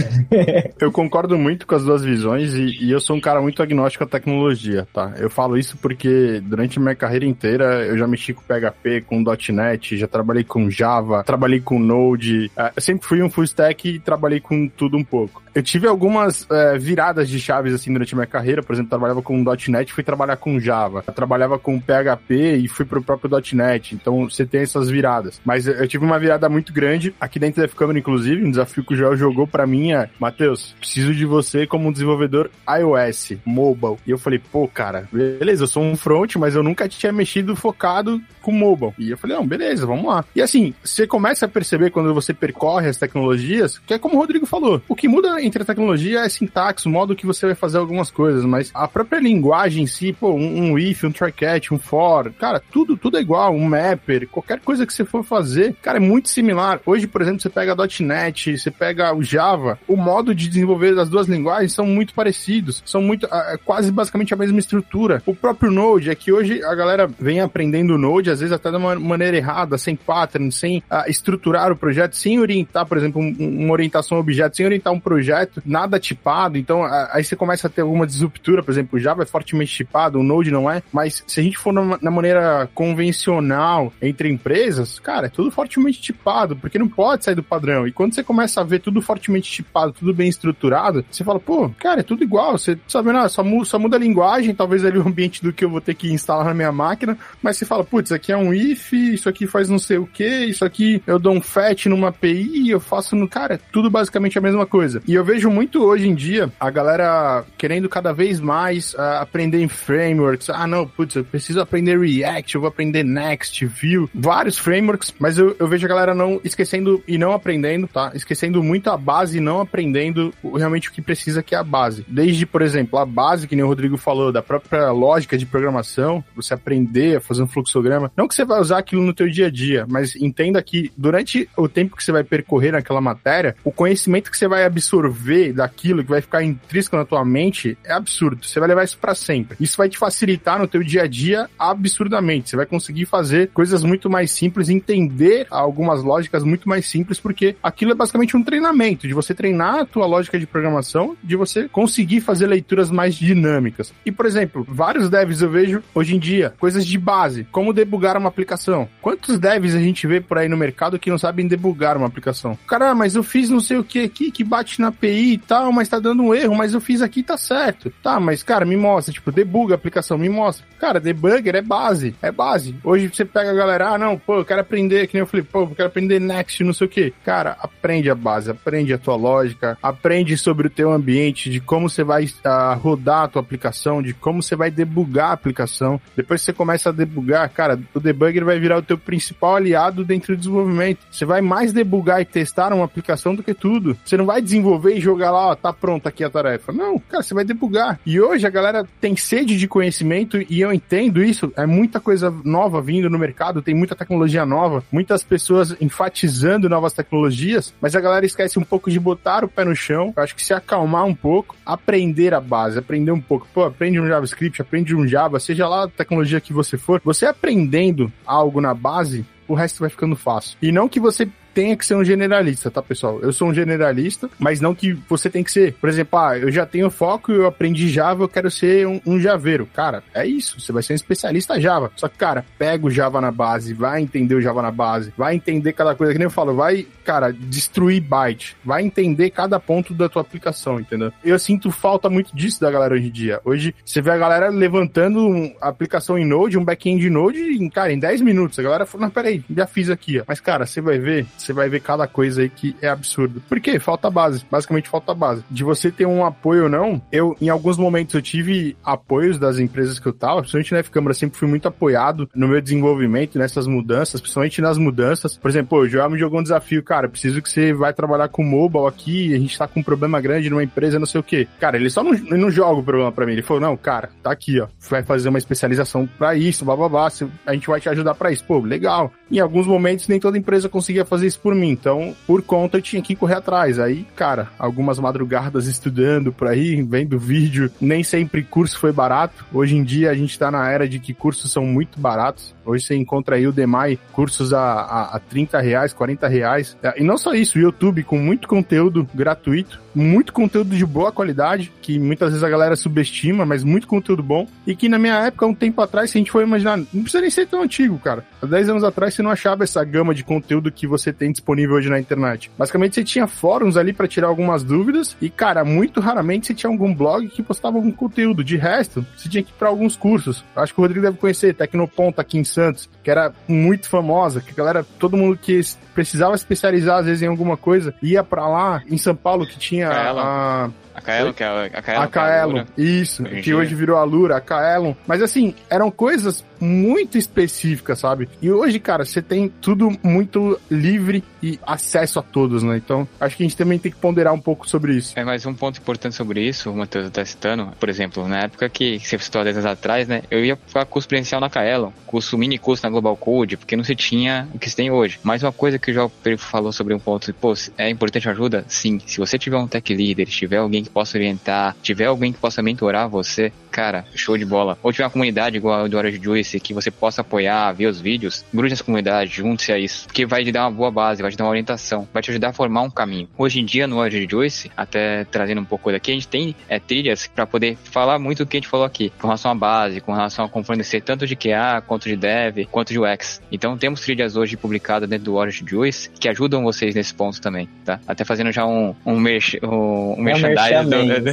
Eu concordo muito com as duas visões e eu sou um cara muito agnóstico à tecnologia, tá? Eu falo isso porque durante a minha carreira inteira eu já mexi com PHP, com .NET, já trabalhei com Java, trabalhei com Node. Eu sempre fui um full stack e trabalhei com tudo um pouco. Eu tive algumas viradas de chaves assim durante a minha carreira. Por exemplo, trabalhava com .NET e fui trabalhar com Java. Eu trabalhava com PHP e fui pro próprio .NET. Então você tem essas viradas. Mas eu tive uma virada muito grande aqui dentro da F-Câmara, inclusive, um desafio que o Joel jogou pra mim Matheus, preciso de você como um desenvolvedor iOS, mobile. E eu falei, cara, beleza, eu sou um front, mas eu nunca tinha mexido focado com mobile. E eu falei, não, beleza, vamos lá. E assim, você começa a perceber quando você percorre as tecnologias, que é como o Rodrigo falou, o que muda entre a tecnologia é a sintaxe, o modo que você vai fazer algumas coisas, mas a própria linguagem em si, um if, um try catch, um for, cara, tudo é igual, um mapper, qualquer coisa coisa que você for fazer, cara, é muito similar. Hoje, por exemplo, você pega a .NET, você pega o Java, o modo de desenvolver das duas linguagens são muito parecidos, são muito, quase basicamente a mesma estrutura. O próprio Node é que hoje a galera vem aprendendo o Node, às vezes até de uma maneira errada, sem pattern, sem estruturar o projeto, sem orientar, por exemplo, uma orientação a objeto, sem orientar um projeto, nada tipado. Então, aí você começa a ter alguma disruptura. Por exemplo, o Java é fortemente tipado, o Node não é, mas se a gente for na maneira convencional entre empresas, cara, é tudo fortemente tipado, porque não pode sair do padrão. E quando você começa a ver tudo fortemente tipado, tudo bem estruturado, você fala, pô, cara, é tudo igual, você sabe, só muda a linguagem, talvez ali o ambiente do que eu vou ter que instalar na minha máquina, mas você fala, putz, isso aqui é um if, isso aqui faz não sei o que, isso aqui eu dou um fetch numa API, eu faço no... Cara, é tudo basicamente a mesma coisa. E eu vejo muito hoje em dia a galera querendo cada vez mais aprender em frameworks. Não, putz, eu preciso aprender React, eu vou aprender Next, Vue, vários frameworks, mas eu vejo a galera não esquecendo e não aprendendo, tá? Esquecendo muito a base e não aprendendo realmente o que precisa, que é a base. Desde, por exemplo, a base, que nem o Rodrigo falou, da própria lógica de programação, você aprender a fazer um fluxograma. Não que você vai usar aquilo no teu dia a dia, mas entenda que durante o tempo que você vai percorrer naquela matéria, o conhecimento que você vai absorver daquilo, que vai ficar intrínseco na tua mente, é absurdo. Você vai levar isso pra sempre. Isso vai te facilitar no teu dia a dia absurdamente. Você vai conseguir fazer coisas muito mais simples, entender algumas lógicas muito mais simples, porque aquilo é basicamente um treinamento, de você treinar a tua lógica de programação, de você conseguir fazer leituras mais dinâmicas. E, por exemplo, vários devs eu vejo hoje em dia, coisas de base, como debugar uma aplicação. Quantos devs a gente vê por aí no mercado que não sabem debugar uma aplicação? Cara, mas eu fiz não sei o que aqui, que bate na API e tal, mas tá dando um erro, mas eu fiz aqui e tá certo. Tá, mas cara, me mostra, tipo, debuga a aplicação, me mostra. Cara, debugger é base. Hoje você pega a galera, não, pô, eu quero aprender, que nem eu falei, pô, eu quero aprender Next, não sei o que. Cara, aprende a base, aprende a tua lógica, aprende sobre o teu ambiente, de como você vai rodar a tua aplicação, de como você vai debugar a aplicação. Depois que você começa a debugar, cara, o debugger vai virar o teu principal aliado dentro do desenvolvimento. Você vai mais debugar e testar uma aplicação do que tudo. Você não vai desenvolver e jogar lá, ó, tá pronto aqui a tarefa. Não, cara, você vai debugar. E hoje a galera tem sede de conhecimento e eu entendo isso. É muita coisa nova vindo no mercado, tem muita tecnologia nova, muitas pessoas enfatizando novas tecnologias, mas a galera esquece um pouco de botar o pé no chão. Eu acho que se acalmar um pouco, aprender a base, aprender um pouco. Pô, aprende um JavaScript, aprende um Java, seja lá a tecnologia que você for. Você aprendendo algo na base, o resto vai ficando fácil. E não que você tenha que ser um generalista, tá, pessoal? Eu sou um generalista, mas não que você tem que ser. Por exemplo, eu já tenho foco, eu aprendi Java, eu quero ser um javeiro. Cara, é isso. Você vai ser um especialista Java. Só que, cara, pega o Java na base, vai entender o Java na base, vai entender cada coisa, que nem eu falo, vai, cara, destruir byte, vai entender cada ponto da tua aplicação, entendeu? Eu sinto falta muito disso da galera hoje em dia. Hoje, você vê a galera levantando a aplicação em Node, um back-end em Node, em 10 minutos. A galera falou, não, peraí, já fiz aqui, ó. Mas, cara, você vai ver cada coisa aí que é absurdo. Por quê? Falta base. Basicamente falta base. De você ter um apoio ou não, em alguns momentos eu tive apoios das empresas que eu tava, principalmente na F-Câmara, sempre fui muito apoiado no meu desenvolvimento, nessas mudanças, principalmente nas mudanças. Por exemplo, o Joel me jogou um desafio, cara, preciso que você vai trabalhar com mobile aqui, a gente tá com um problema grande numa empresa, não sei o quê. Cara, ele só não joga o problema pra mim. Ele falou, não, cara, tá aqui, ó, vai fazer uma especialização pra isso, blá, blá, blá, a gente vai te ajudar pra isso. Pô, legal. Em alguns momentos, nem toda empresa conseguia fazer isso por mim. Então, por conta, eu tinha que correr atrás. Aí, cara, algumas madrugadas estudando por aí, vendo vídeo. Nem sempre curso foi barato. Hoje em dia, a gente tá na era de que cursos são muito baratos. Hoje você encontra aí o Udemy, cursos a R$30, R$40. E não só isso, o YouTube com muito conteúdo gratuito, muito conteúdo de boa qualidade, que muitas vezes a galera subestima, mas muito conteúdo bom. E que na minha época, um tempo atrás, se a gente for imaginar, não precisa nem ser tão antigo, cara. Há 10 anos atrás, você não achava essa gama de conteúdo que você tem disponível hoje na internet. Basicamente, você tinha fóruns ali pra tirar algumas dúvidas e, cara, muito raramente você tinha algum blog que postava algum conteúdo. De resto, você tinha que ir pra alguns cursos. Acho que o Rodrigo deve conhecer, Tecnoponta aqui em Santos, que era muito famosa, que a galera, todo mundo que precisava especializar às vezes em alguma coisa, ia pra lá. Em São Paulo, que tinha a Kaelon, que é a Kaelon, isso, que hoje virou a Lura, a Kaelon. Mas assim, eram coisas muito específicas, sabe? E hoje, cara, você tem tudo muito livre e acesso a todos, né? Então, acho que a gente também tem que ponderar um pouco sobre isso. Mas um ponto importante sobre isso, o Matheus tá citando, por exemplo, na época que você citou há 10 anos atrás, né, eu ia para curso presencial na Kaelon, mini curso na Global Code, porque não se tinha o que se tem hoje. Mas uma coisa que o João falou sobre um ponto, pô, é importante ajuda? Sim. Se você tiver um tech leader, tiver alguém que possa orientar, tiver alguém que possa mentorar você, cara, show de bola. Ou tiver uma comunidade igual a do Orange Juice, que você possa apoiar, ver os vídeos, grude essa comunidade, junte-se a isso, porque vai te dar uma boa base, vai te dar uma orientação, vai te ajudar a formar um caminho. Hoje em dia, no Orange Juice, até trazendo um pouco daqui, a gente tem trilhas para poder falar muito do que a gente falou aqui, com relação à base, com relação a fornecer tanto de QA, quanto de Dev, quanto de UX. Então, temos trilhas hoje publicadas dentro do Orange Juice que ajudam vocês nesse ponto também, tá? Até fazendo já um merchandising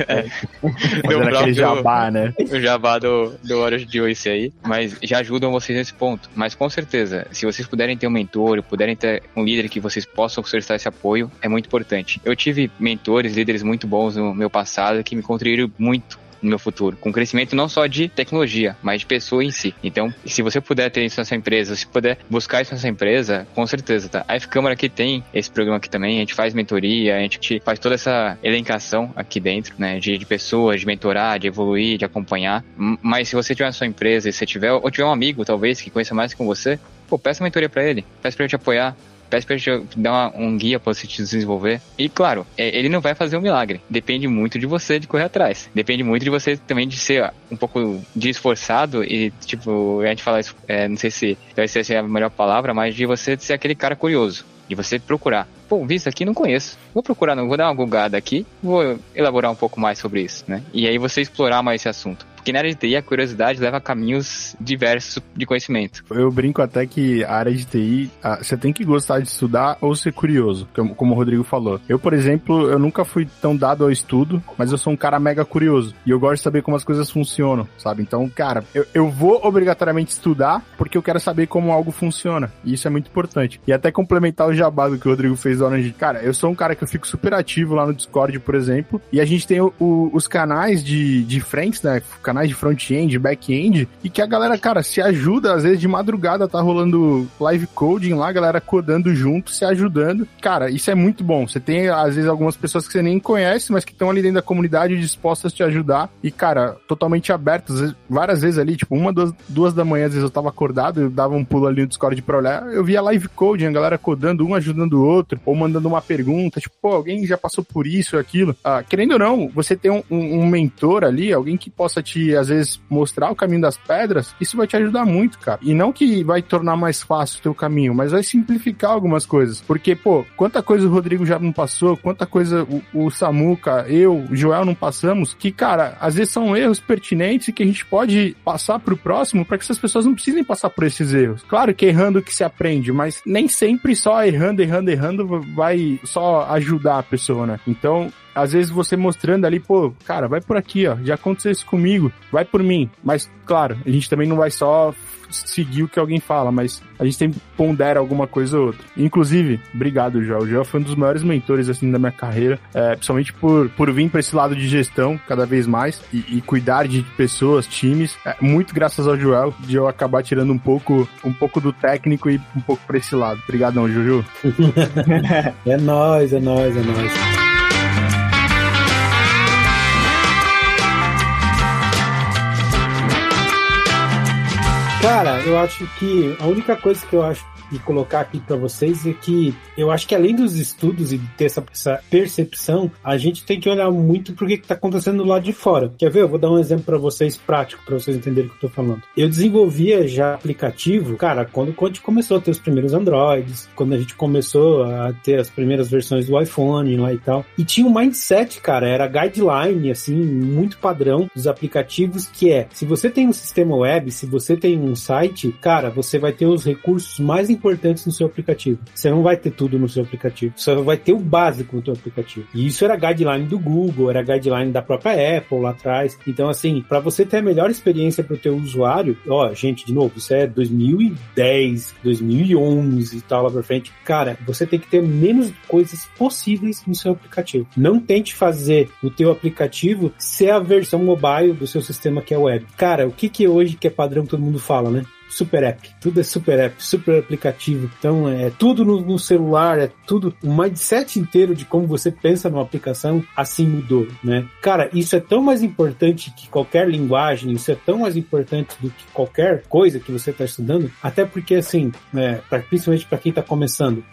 do aquele jabá, né? O jabá do Orange Juice aí, mas já ajudam vocês nesse ponto. Mas com certeza, se vocês puderem ter um mentor, puderem ter um líder que vocês possam solicitar esse apoio, é muito importante. Eu tive mentores, líderes muito bons no meu passado que me contribuíram muito no meu futuro, com crescimento não só de tecnologia, mas de pessoa em si. Então, se você puder ter isso na sua empresa, se puder buscar isso na sua empresa, com certeza, tá? A F-Câmara aqui tem esse programa aqui também, a gente faz mentoria, a gente faz toda essa elencação aqui dentro, né, de pessoas, de mentorar, de evoluir, de acompanhar. Mas se você tiver na sua empresa, e se tiver, ou tiver um amigo, talvez, que conheça mais que você, pô, peça mentoria pra ele, peça pra ele te apoiar, peço pra gente dar um guia pra você te desenvolver. E claro, ele não vai fazer um milagre. Depende muito de você de correr atrás. Depende muito de você também de ser um pouco de esforçado e, tipo, a gente fala isso, não sei se vai ser a melhor palavra, mas de você ser aquele cara curioso. De você procurar. Pô, vi isso aqui, não conheço. Vou procurar, vou dar uma googada aqui, vou elaborar um pouco mais sobre isso, né? E aí você explorar mais esse assunto. Porque na área de TI, a curiosidade leva a caminhos diversos de conhecimento. Eu brinco até que a área de TI, você tem que gostar de estudar ou ser curioso, como o Rodrigo falou. Eu, por exemplo, eu nunca fui tão dado ao estudo, mas eu sou um cara mega curioso. E eu gosto de saber como as coisas funcionam, sabe? Então, cara, eu vou obrigatoriamente estudar porque eu quero saber como algo funciona. E isso é muito importante. E até complementar o jabá do que o Rodrigo fez da Orange. Cara, eu sou um cara que eu fico super ativo lá no Discord, por exemplo. E a gente tem os canais de frentes, né? Canais de front-end, back-end, e que a galera, cara, se ajuda, às vezes de madrugada tá rolando live coding lá, a galera codando junto, se ajudando. Cara, isso é muito bom. Você tem, às vezes, algumas pessoas que você nem conhece, mas que estão ali dentro da comunidade dispostas a te ajudar, e, cara, totalmente abertas. Várias vezes ali, tipo, 1, 2 da manhã, às vezes eu tava acordado, eu dava um pulo ali no Discord pra olhar, eu via live coding, a galera codando, um ajudando o outro, ou mandando uma pergunta, tipo, pô, alguém já passou por isso, aquilo. Querendo ou não, você tem um mentor ali, alguém que possa te, às vezes, mostrar o caminho das pedras, isso vai te ajudar muito, cara. E não que vai tornar mais fácil o teu caminho, mas vai simplificar algumas coisas. Porque, pô, quanta coisa o Rodrigo já não passou, quanta coisa o Samuca, eu, o Joel não passamos, que, cara, às vezes são erros pertinentes e que a gente pode passar pro próximo para que essas pessoas não precisem passar por esses erros. Claro que errando que se aprende, mas nem sempre só errando vai só ajudar a pessoa, né? Então, às vezes você mostrando ali, pô, cara, vai por aqui, ó, já aconteceu isso comigo, vai por mim. Mas, claro, a gente também não vai só seguir o que alguém fala, mas a gente sempre pondera alguma coisa ou outra. Inclusive, obrigado, Joel. O Joel foi um dos maiores mentores, assim, da minha carreira, principalmente por vir pra esse lado de gestão cada vez mais e cuidar de pessoas, times. Muito graças ao Joel, de eu acabar tirando um pouco do técnico e um pouco pra esse lado. Obrigadão, Juju. É nóis. Cara, eu acho que a única coisa que eu acho de colocar aqui pra vocês é que eu acho que além dos estudos e de ter essa percepção, a gente tem que olhar muito pro que tá acontecendo do lado de fora. Quer ver? Eu vou dar um exemplo pra vocês prático, pra vocês entenderem o que eu tô falando. Eu desenvolvia já aplicativo, cara, quando a gente começou a ter os primeiros Androids, quando a gente começou a ter as primeiras versões do iPhone lá e tal. E tinha um mindset, cara, era guideline, assim, muito padrão dos aplicativos, que se você tem um sistema web, se você tem um site, cara, você vai ter os recursos mais importantes no seu aplicativo. Você não vai ter tudo no seu aplicativo. Você vai ter o básico no seu aplicativo. E isso era guideline do Google, era guideline da própria Apple lá atrás. Então, assim, para você ter a melhor experiência para o teu usuário, gente, de novo, isso é 2010, 2011 e tal lá pra frente. Cara, você tem que ter menos coisas possíveis no seu aplicativo. Não tente fazer o teu aplicativo ser a versão mobile do seu sistema que é web. Cara, o que hoje que é padrão que todo mundo fala, né? super app. Tudo é super app, super aplicativo. Então, é tudo no celular, é tudo... O mindset inteiro de como você pensa numa aplicação, assim mudou, né? Cara, isso é tão mais importante que qualquer linguagem, isso é tão mais importante do que qualquer coisa que você está estudando, até porque, assim, principalmente para quem está começando,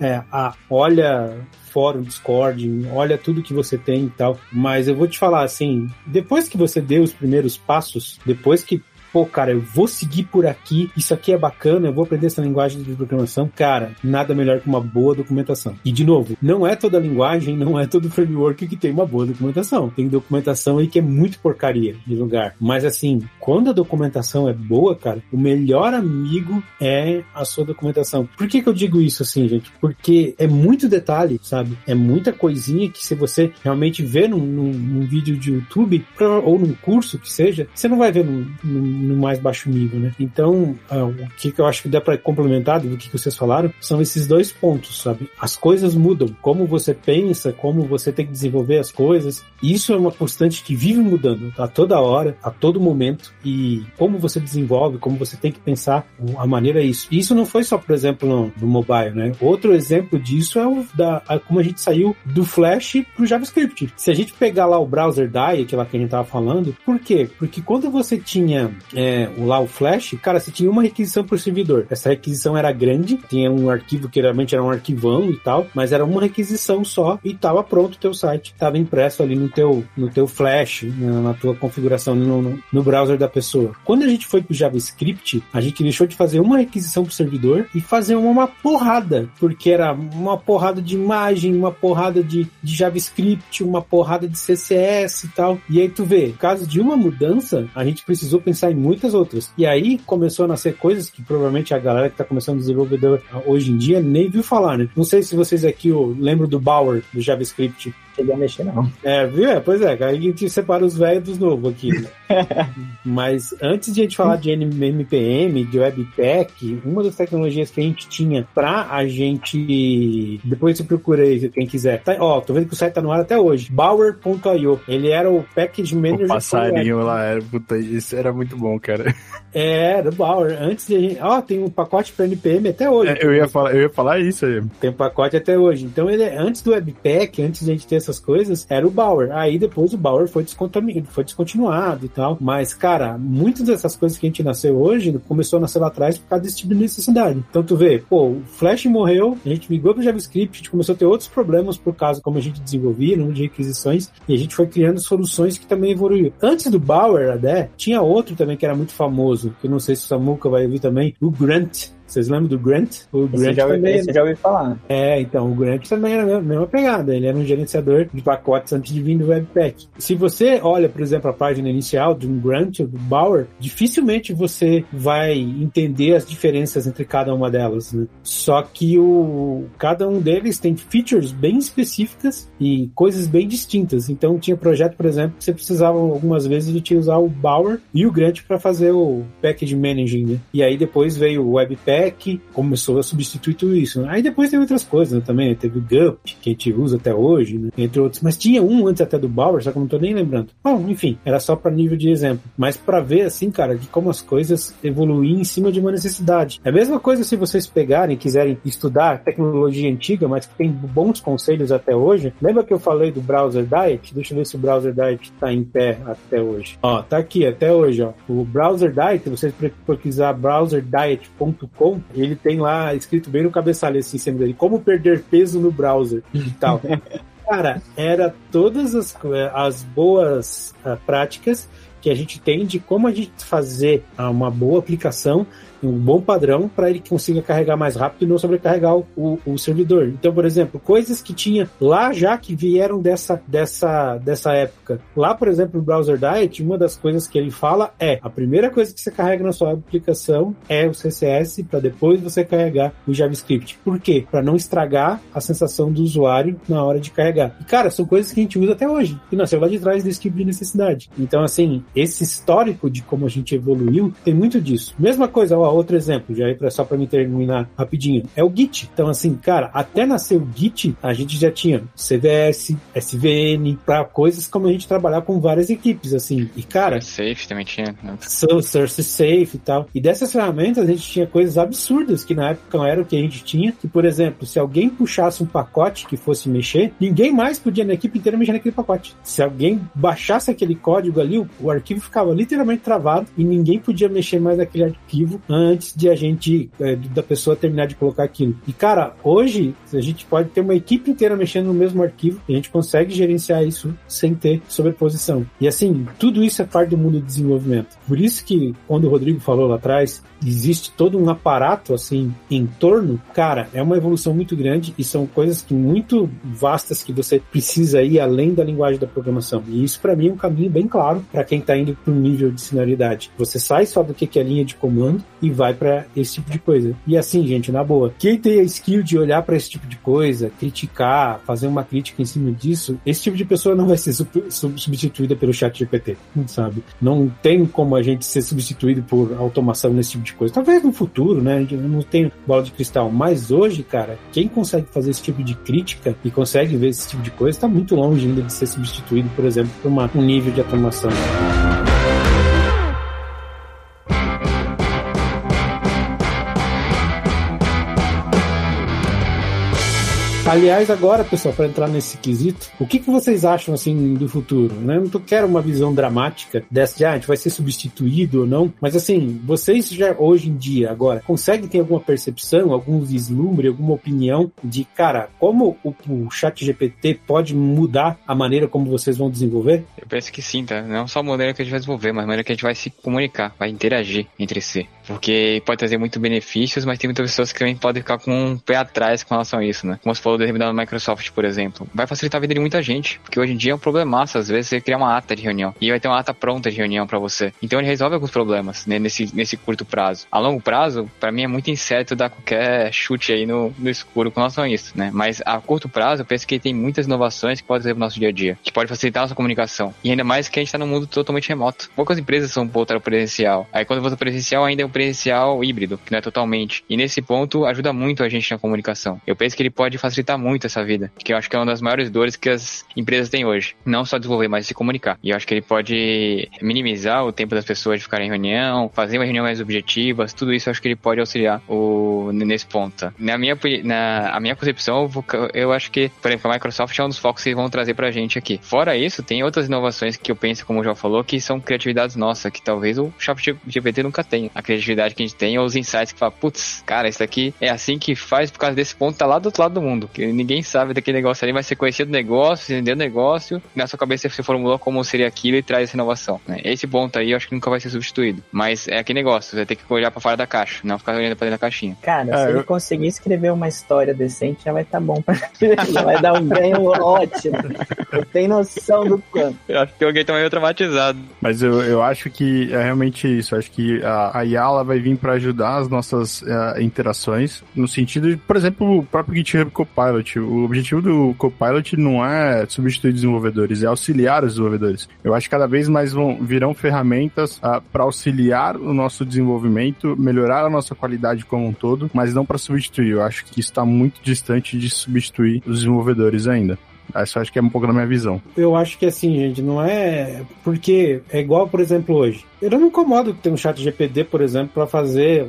olha... fórum, Discord, olha tudo que você tem e tal, mas eu vou te falar assim, depois que você deu os primeiros passos, depois que pô, cara, eu vou seguir por aqui, isso aqui é bacana, eu vou aprender essa linguagem de programação, cara, nada melhor que uma boa documentação. E, de novo, não é toda linguagem, não é todo framework que tem uma boa documentação. Tem documentação aí que é muito porcaria de lugar. Mas, assim, quando a documentação é boa, cara, o melhor amigo é a sua documentação. Por que eu digo isso, assim, gente? Porque é muito detalhe, sabe? É muita coisinha que se você realmente vê num vídeo de YouTube ou num curso que seja, você não vai ver no mais baixo nível, né? Então, o que eu acho que dá para complementar do que vocês falaram são esses dois pontos, sabe? As coisas mudam. Como você pensa, como você tem que desenvolver as coisas, isso é uma constante que vive mudando a toda hora, a todo momento, e como você desenvolve, como você tem que pensar, a maneira é isso. E isso não foi só, por exemplo, no mobile, né? Outro exemplo disso é como a gente saiu do Flash pro JavaScript. Se a gente pegar lá o browser DAI, aquela que a gente tava falando, por quê? Porque quando você tinha lá o Flash, cara, você tinha uma requisição por servidor. Essa requisição era grande, tinha um arquivo que realmente era um arquivão e tal, mas era uma requisição só e tava pronto o teu site. Tava impresso ali no teu Flash, na tua configuração no browser da pessoa. Quando a gente foi pro JavaScript, a gente deixou de fazer uma requisição pro servidor e fazer uma porrada, porque era uma porrada de imagem, uma porrada de JavaScript, uma porrada de CSS e tal. E aí tu vê, caso de uma mudança, a gente precisou pensar em muitas outras. E aí começou a nascer coisas que provavelmente a galera que tá começando a desenvolver hoje em dia nem viu falar, né? Não sei se vocês aqui lembram do Bower, do JavaScript. Cheguei a mexer, não. Viu? Pois é, aí a gente separa os velhos dos novos aqui. Né? Mas antes de a gente falar de NPM, de Webpack, uma das tecnologias que a gente tinha pra a gente... Depois você procura aí, quem quiser. Tô vendo que o site tá no ar até hoje. Bower.io. Ele era o Package Manager. O passarinho lá, isso era muito bom, cara. Era o Bower. Antes de a gente... tem um pacote pra NPM até hoje. Eu ia falar isso aí. Tem um pacote até hoje. Então, antes do Webpack, antes de a gente ter essas coisas, era o Bower. Aí depois o Bower foi descontinuado e tal. Mas, cara, muitas dessas coisas que a gente nasceu hoje, começou a nascer lá atrás por causa desse tipo de necessidade. Então tu vê, o Flash morreu, a gente migrou pro JavaScript, a gente começou a ter outros problemas por causa como a gente desenvolvia, número de requisições, e a gente foi criando soluções que também evoluíram. Antes do Bower, tinha outro também que era muito famoso, que eu não sei se o Samuca vai ouvir também, o Grant. Vocês lembram do Grant? O Grant também. Esse já ouvi falar. Então, o Grant também era a mesma pegada. Ele era um gerenciador de pacotes antes de vir do Webpack. Se você olha, por exemplo, a página inicial de um Grant ou do Bower, dificilmente você vai entender as diferenças entre cada uma delas, né? Só que cada um deles tem features bem específicas e coisas bem distintas. Então, tinha projeto, por exemplo, que você precisava algumas vezes de usar o Bower e o Grant para fazer o Package Managing, né? E aí depois veio o Webpack, que começou a substituir tudo isso. Aí depois teve outras coisas, né, também. Teve o Gup, que a gente usa até hoje, né, entre outros. Mas tinha um antes até do Bower, só que eu não tô nem lembrando. Bom, enfim, era só para nível de exemplo. Mas para ver, assim, cara, de como as coisas evoluíam em cima de uma necessidade. É a mesma coisa se vocês pegarem e quiserem estudar tecnologia antiga, mas que tem bons conselhos até hoje. Lembra que eu falei do Browser Diet? Deixa eu ver se o Browser Diet tá em pé até hoje. Tá aqui, até hoje, O Browser Diet, vocês pesquisar browserdiet.com, ele tem lá escrito bem no cabeçalho assim, sempre dele, como perder peso no browser e tal. Cara, era todas as boas práticas que a gente tem de como a gente fazer uma boa aplicação, um bom padrão para ele consiga carregar mais rápido e não sobrecarregar o servidor. Então, por exemplo, coisas que tinha lá já que vieram dessa época. Lá, por exemplo, no Browser Diet, uma das coisas que ele fala a primeira coisa que você carrega na sua aplicação é o CSS para depois você carregar o JavaScript. Por quê? Para não estragar a sensação do usuário na hora de carregar. E, cara, são coisas que a gente usa até hoje. E nasceu lá de trás desse tipo de necessidade. Então, assim, esse histórico de como a gente evoluiu tem muito disso. Mesma coisa, outro exemplo, já só para me terminar rapidinho, é o Git. Então, assim, cara, até nascer o Git, a gente já tinha CVS, SVN, para coisas como a gente trabalhar com várias equipes, assim. E, cara... Safe também tinha. Source Safe e tal. E dessas ferramentas, a gente tinha coisas absurdas que na época não era o que a gente tinha. Que, por exemplo, se alguém puxasse um pacote que fosse mexer, ninguém mais podia na equipe inteira mexer naquele pacote. Se alguém baixasse aquele código ali, o arquivo ficava literalmente travado e ninguém podia mexer mais naquele arquivo antes de a gente, da pessoa terminar de colocar aquilo. E, cara, hoje a gente pode ter uma equipe inteira mexendo no mesmo arquivo e a gente consegue gerenciar isso sem ter sobreposição. E, assim, tudo isso é parte do mundo do desenvolvimento. Por isso que, quando o Rodrigo falou lá atrás, existe todo um aparato, assim, em torno, cara, é uma evolução muito grande e são coisas que muito vastas que você precisa ir além da linguagem da programação. E isso, para mim, é um caminho bem claro para quem tá indo para um nível de senioridade. Você sai só do que é linha de comando e vai para esse tipo de coisa. E assim, gente, na boa, quem tem a skill de olhar para esse tipo de coisa, criticar, fazer uma crítica em cima disso, esse tipo de pessoa não vai ser substituída pelo ChatGPT, sabe? Não tem como a gente ser substituído por automação nesse tipo de coisa. Talvez no futuro, né? Eu não tenho bola de cristal, mas hoje, cara, quem consegue fazer esse tipo de crítica e consegue ver esse tipo de coisa está muito longe ainda de ser substituído, por exemplo, por um nível de automação. Aliás, agora, pessoal, para entrar nesse quesito, o que vocês acham, assim, do futuro, né? Eu não quero uma visão dramática dessa de, a gente vai ser substituído ou não, mas, assim, vocês já, hoje em dia, agora, conseguem ter alguma percepção, algum vislumbre, alguma opinião de, cara, como o ChatGPT pode mudar a maneira como vocês vão desenvolver? Eu penso que sim, tá? Não só a maneira que a gente vai desenvolver, mas a maneira que a gente vai se comunicar, vai interagir entre si. Porque pode trazer muitos benefícios, mas tem muitas pessoas que também podem ficar com um pé atrás com relação a isso, né? Como você falou da Microsoft, por exemplo, vai facilitar a vida de muita gente, porque hoje em dia é um problemaço, às vezes, você criar uma ata de reunião, e vai ter uma ata pronta de reunião pra você. Então ele resolve alguns problemas, né, nesse curto prazo. A longo prazo, pra mim é muito incerto dar qualquer chute aí no escuro com relação a isso, né? Mas a curto prazo, eu penso que tem muitas inovações que podem trazer pro nosso dia a dia, que pode facilitar a nossa comunicação. E ainda mais que a gente tá num mundo totalmente remoto. Poucas empresas são voltar ao presencial. Aí quando volta ao presencial, ainda é um presencial híbrido, que não é totalmente. E nesse ponto, ajuda muito a gente na comunicação. Eu penso que ele pode facilitar muito essa vida, que eu acho que é uma das maiores dores que as empresas têm hoje. Não só desenvolver, mas se comunicar. E eu acho que ele pode minimizar o tempo das pessoas de ficarem em reunião, fazer uma reunião mais objetiva, tudo isso eu acho que ele pode auxiliar nesse ponto. Tá? A minha concepção, eu acho que, por exemplo, a Microsoft é um dos focos que eles vão trazer pra gente aqui. Fora isso, tem outras inovações que eu penso, como o João falou, que são criatividades nossas, que talvez o ChatGPT nunca tenha. A criatividade que a gente tem, ou os insights que fala, putz, cara, isso daqui é assim que faz, por causa desse ponto, tá lá do outro lado do mundo, que ninguém sabe daquele negócio ali, mas você conhecia do negócio, você entendeu o negócio, na sua cabeça você formulou como seria aquilo e traz essa inovação, né? Esse ponto aí eu acho que nunca vai ser substituído, mas é aquele negócio, você vai ter que olhar pra fora da caixa, não ficar olhando pra dentro da caixinha. Cara, se ele conseguir escrever uma história decente, já vai estar bom pra ele, vai dar um ganho ótimo. Eu tenho noção do quanto. Eu acho que alguém tá meio traumatizado. Mas eu acho que é realmente isso, eu acho que a IA ela vai vir para ajudar as nossas interações, no sentido de, por exemplo, o próprio GitHub Copilot. O objetivo do Copilot não é substituir desenvolvedores, é auxiliar os desenvolvedores. Eu acho que cada vez mais virão ferramentas para auxiliar o nosso desenvolvimento, melhorar a nossa qualidade como um todo, mas não para substituir. Eu acho que isso está muito distante de substituir os desenvolvedores ainda. Isso acho que é um pouco da minha visão. Eu acho que assim, gente, não é... Porque é igual, por exemplo, hoje. Eu não me incomodo que tenha um ChatGPT, por exemplo, para fazer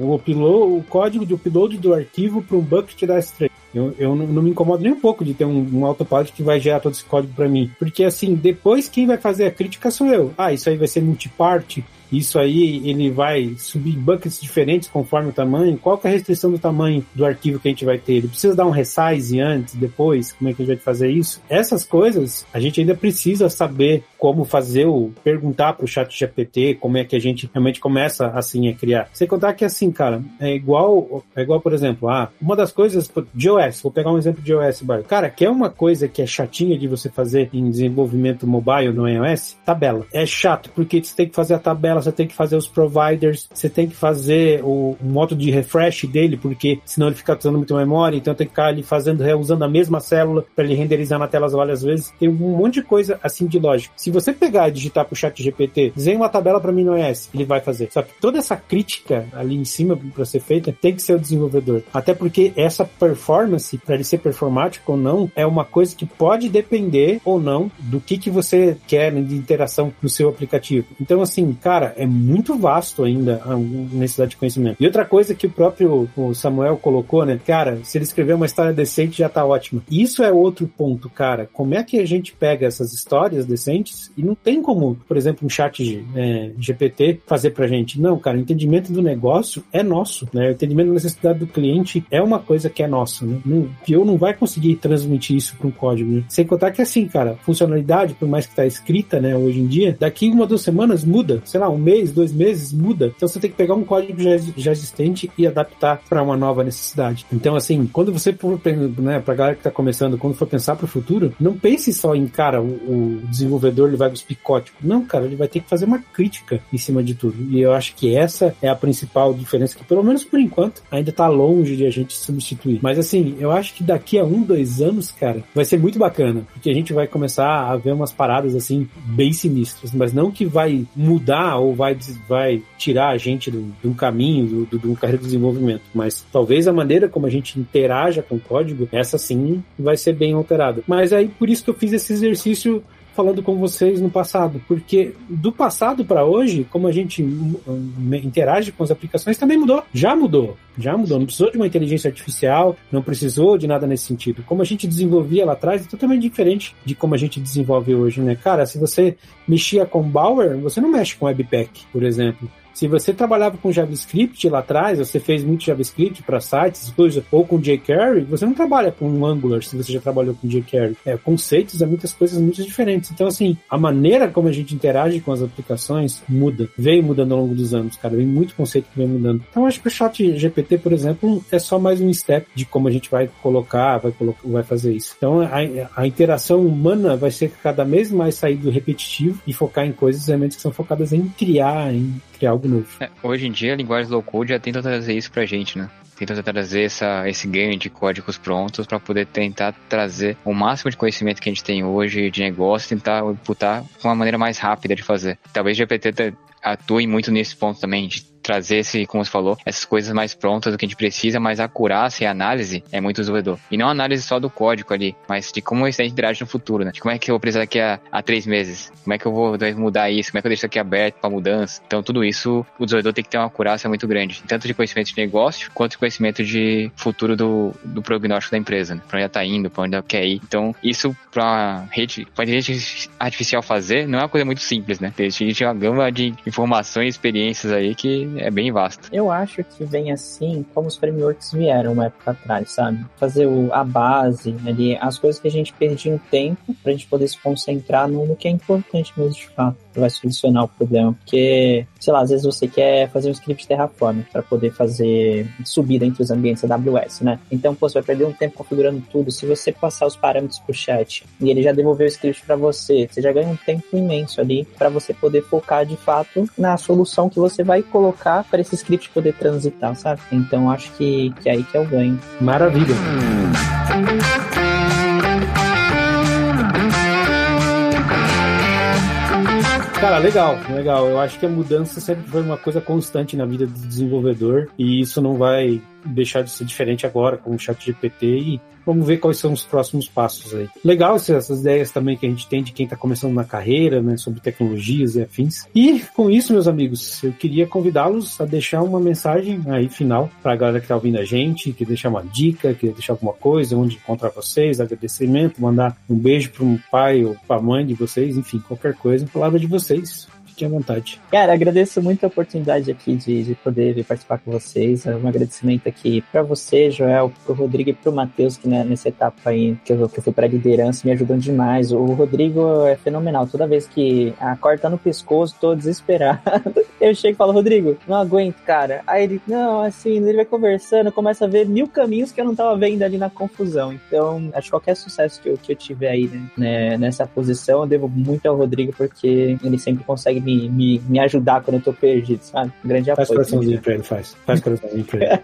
o código de upload do arquivo para um bucket da S3. Eu não me incomodo nem um pouco de ter um autopilot que vai gerar todo esse código para mim. Porque, assim, depois quem vai fazer a crítica sou eu. Isso aí vai ser multipart. Isso aí, ele vai subir buckets diferentes conforme o tamanho. Qual que é a restrição do tamanho do arquivo que a gente vai ter? Ele precisa dar um resize antes, depois? Como é que a gente vai fazer isso? Essas coisas, a gente ainda precisa saber como fazer perguntar pro ChatGPT, como é que a gente realmente começa, assim, a criar. Sem contar que, assim, cara, é igual, por exemplo, uma das coisas de iOS, vou pegar um exemplo de iOS, cara, que é uma coisa que é chatinha de você fazer em desenvolvimento mobile no iOS, tabela. É chato, porque você tem que fazer a tabela tela, você tem que fazer os providers, você tem que fazer o modo de refresh dele, porque senão ele fica usando muita memória, então tem que ficar ali usando a mesma célula para ele renderizar na tela várias vezes. Tem um monte de coisa assim de lógica. Se você pegar e digitar pro ChatGPT, desenha uma tabela para mim no iOS, ele vai fazer. Só que toda essa crítica ali em cima para ser feita tem que ser o desenvolvedor. Até porque essa performance, para ele ser performático ou não, é uma coisa que pode depender ou não do que você quer de interação no seu aplicativo. Então, assim, cara, é muito vasto ainda a necessidade de conhecimento. E outra coisa que o Samuel colocou, né? Cara, se ele escrever uma história decente, já tá ótimo. Isso é outro ponto, cara. Como é que a gente pega essas histórias decentes e não tem como, por exemplo, um chat GPT fazer pra gente? Não, cara, o entendimento do negócio é nosso, né? O entendimento da necessidade do cliente é uma coisa que é nossa, né? O PO não vai conseguir transmitir isso para um código, né? Sem contar que, assim, cara, funcionalidade, por mais que tá escrita, né, hoje em dia, daqui 1 ou 2 semanas muda, sei lá, 1 mês, 2 meses, muda. Então você tem que pegar um código já existente e adaptar para uma nova necessidade. Então, assim, quando você for, né, pra galera que tá começando, quando for pensar pro futuro, não pense só em, cara, o desenvolvedor, ele vai cuspir código. Não, cara, ele vai ter que fazer uma crítica em cima de tudo. E eu acho que essa é a principal diferença, que pelo menos por enquanto ainda tá longe de a gente substituir. Mas, assim, eu acho que daqui a 1, 2 anos, cara, vai ser muito bacana, porque a gente vai começar a ver umas paradas, assim, bem sinistras, mas não que vai mudar ou vai tirar a gente de um caminho, de uma carreira de desenvolvimento, mas talvez a maneira como a gente interaja com o código, essa sim vai ser bem alterada. Mas aí, por isso que eu fiz esse exercício falando com vocês no passado, porque do passado para hoje, como a gente interage com as aplicações, também mudou. Já mudou. Não precisou de uma inteligência artificial, não precisou de nada nesse sentido. Como a gente desenvolvia lá atrás é totalmente diferente de como a gente desenvolve hoje, né? Cara, se você mexia com Bower, você não mexe com Webpack, por exemplo. Se você trabalhava com JavaScript lá atrás, você fez muito JavaScript para sites, coisa, ou com jQuery, você não trabalha com Angular se você já trabalhou com jQuery. Conceitos, muitas coisas muito diferentes. Então, assim, a maneira como a gente interage com as aplicações muda. Veio mudando ao longo dos anos, cara. Vem muito conceito que vem mudando. Então, acho que o ChatGPT, por exemplo, é só mais um step de como a gente vai fazer isso. Então, a interação humana vai ser cada vez mais sair do repetitivo e focar em coisas realmente que são focadas em criar algo novo. Hoje em dia, a linguagem low-code já tenta trazer isso pra gente, né? Tenta trazer esse ganho de códigos prontos para poder tentar trazer o máximo de conhecimento que a gente tem hoje de negócio, tentar imputar com uma maneira mais rápida de fazer. Talvez o GPT atue muito nesse ponto também, de trazer como você falou, essas coisas mais prontas do que a gente precisa, mas a acurácia e a análise é muito desenvolvedor. E não a análise só do código ali, mas de como isso interage no futuro, né? De como é que eu vou precisar daqui a 3 meses, como é que eu vou mudar isso, como é que eu deixo isso aqui aberto para mudança. Então tudo isso, o desenvolvedor tem que ter uma acurácia muito grande, tanto de conhecimento de negócio, quanto de conhecimento de futuro do prognóstico da empresa, né? Pra onde ela tá indo, pra onde ela quer ir. Então isso pra inteligência artificial fazer, não é uma coisa muito simples, né? A gente tem uma gama de informações e experiências aí que é bem vasto. Eu acho que vem assim como os frameworks vieram uma época atrás, sabe? Fazer a base ali, as coisas que a gente perdia um tempo pra gente poder se concentrar no que é importante mesmo de fato. Vai solucionar o problema, porque, sei lá, às vezes você quer fazer um script Terraform para poder fazer subida entre os ambientes AWS, né? Então, você vai perder um tempo configurando tudo. Se você passar os parâmetros pro chat e ele já devolveu o script para você já ganha um tempo imenso ali para você poder focar de fato na solução que você vai colocar para esse script poder transitar, sabe? Então, acho que é aí que é o ganho. Maravilha! Cara, legal. Eu acho que a mudança sempre foi uma coisa constante na vida do desenvolvedor e isso não vai deixar de ser diferente agora com o ChatGPT e vamos ver quais são os próximos passos aí. Legal essas ideias também que a gente tem de quem está começando na carreira, né, sobre tecnologias e afins. E com isso, meus amigos, eu queria convidá-los a deixar uma mensagem aí final para a galera que está ouvindo a gente, que deixar uma dica, que deixar alguma coisa, onde encontrar vocês, agradecimento, mandar um beijo para um pai ou para a mãe de vocês, enfim, qualquer coisa. Palavra de vocês. Fiquem à vontade. Cara, agradeço muito a oportunidade aqui de poder vir participar com vocês. Um agradecimento aqui para você, Joel, pro Rodrigo e pro Matheus, que né, nessa etapa aí que eu fui pra liderança me ajudam demais. O Rodrigo é fenomenal. Toda vez que a corda tá no pescoço, tô desesperado. Eu chego e falo, Rodrigo, não aguento, cara. Aí ele, não, assim, ele vai conversando, começa a ver 1000 caminhos que eu não tava vendo ali na confusão. Então, acho que qualquer sucesso que eu tiver aí, né, nessa posição, eu devo muito ao Rodrigo, porque ele sempre consegue me ajudar quando eu tô perdido, sabe? Um grande apoio. Faz coraçãozinho pra ele, faz coraçãozinho pra ele.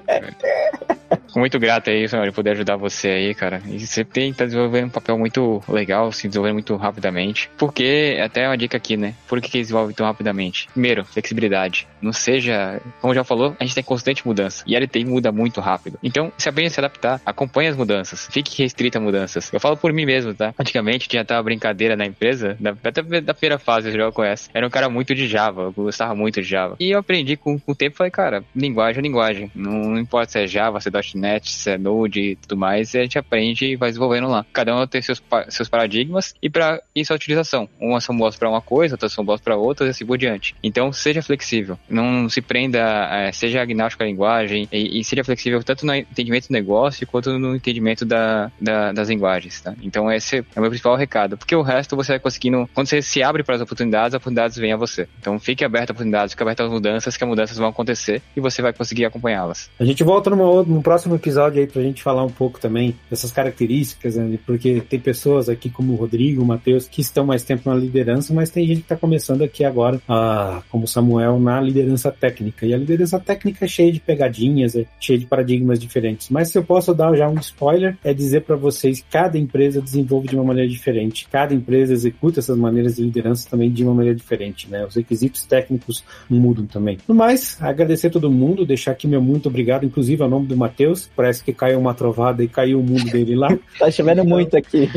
Fico muito grato aí, senhor, de poder ajudar você aí, cara. E você tá desenvolvendo um papel muito legal, se desenvolvendo muito rapidamente. Porque, até uma dica aqui, né? Por que desenvolve tão rapidamente? Primeiro, flexibilidade. Não seja, como já falou, a gente tem constante mudança. E a LTI muda muito rápido. Então, se aprende a se adaptar, acompanhe as mudanças. Fique restrito a mudanças. Eu falo por mim mesmo, tá? Antigamente tinha até uma brincadeira na empresa, até da primeira fase, você já conhece. Era um cara muito de Java, eu gostava muito de Java. E eu aprendi com o tempo, falei, cara, linguagem é linguagem. Não importa se é Java, se é .NET, se é Node e tudo mais, a gente aprende e vai desenvolvendo lá. Cada um tem seus paradigmas e para isso a utilização. Uma são boas para uma coisa, outras são boas para outras e assim por diante. Então, seja flexível. Não se prenda, seja agnóstico à linguagem e seja flexível tanto no entendimento do negócio quanto no entendimento das linguagens, tá? Então, esse é o meu principal recado. Porque o resto você vai conseguindo, quando você se abre para as oportunidades vêm a você. Então, fique aberto a oportunidades, fique aberto às mudanças, que as mudanças vão acontecer e você vai conseguir acompanhá-las. A gente volta no próximo episódio aí pra gente falar um pouco também dessas características, né? Porque tem pessoas aqui como o Rodrigo, o Matheus, que estão mais tempo na liderança, mas tem gente que tá começando aqui agora, como o Samuel, na liderança técnica. E a liderança técnica é cheia de pegadinhas, é cheia de paradigmas diferentes. Mas se eu posso dar já um spoiler, é dizer pra vocês que cada empresa desenvolve de uma maneira diferente. Cada empresa executa essas maneiras de liderança também de uma maneira diferente, né? Os requisitos técnicos mudam também. No mais, agradecer a todo mundo, deixar aqui meu muito obrigado, inclusive ao nome do Matheus. Parece que caiu uma trovada e caiu o mundo dele lá. Tá chovendo muito aqui.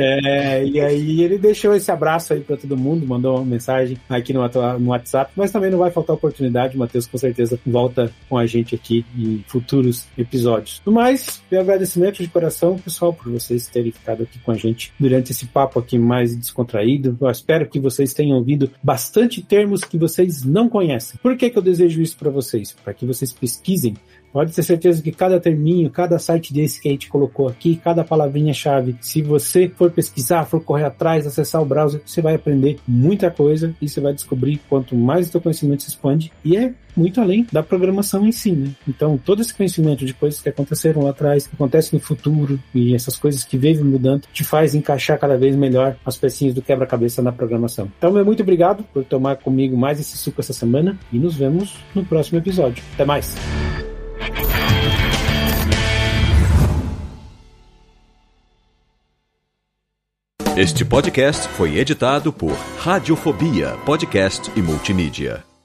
E aí ele deixou esse abraço aí pra todo mundo, mandou uma mensagem aqui no WhatsApp, mas também não vai faltar oportunidade, o Matheus com certeza volta com a gente aqui em futuros episódios. No mais, meu agradecimento de coração, pessoal, por vocês terem ficado aqui com a gente durante esse papo aqui mais descontraído. Eu espero que vocês tenham ouvido bastante termos que vocês não conhecem. Por que eu desejo isso pra vocês? Para que vocês pesquisem. Pode ter certeza que cada terminho, cada site desse que a gente colocou aqui, cada palavrinha-chave, se você for pesquisar, for correr atrás, acessar o browser, você vai aprender muita coisa e você vai descobrir quanto mais o seu conhecimento se expande, e é muito além da programação em si, né? Então, todo esse conhecimento de coisas que aconteceram lá atrás, que acontecem no futuro, e essas coisas que vêm mudando, te faz encaixar cada vez melhor as pecinhas do quebra-cabeça na programação. Então, meu muito obrigado por tomar comigo mais esse suco essa semana, e nos vemos no próximo episódio. Até mais! Este podcast foi editado por Radiofobia, podcast e multimídia.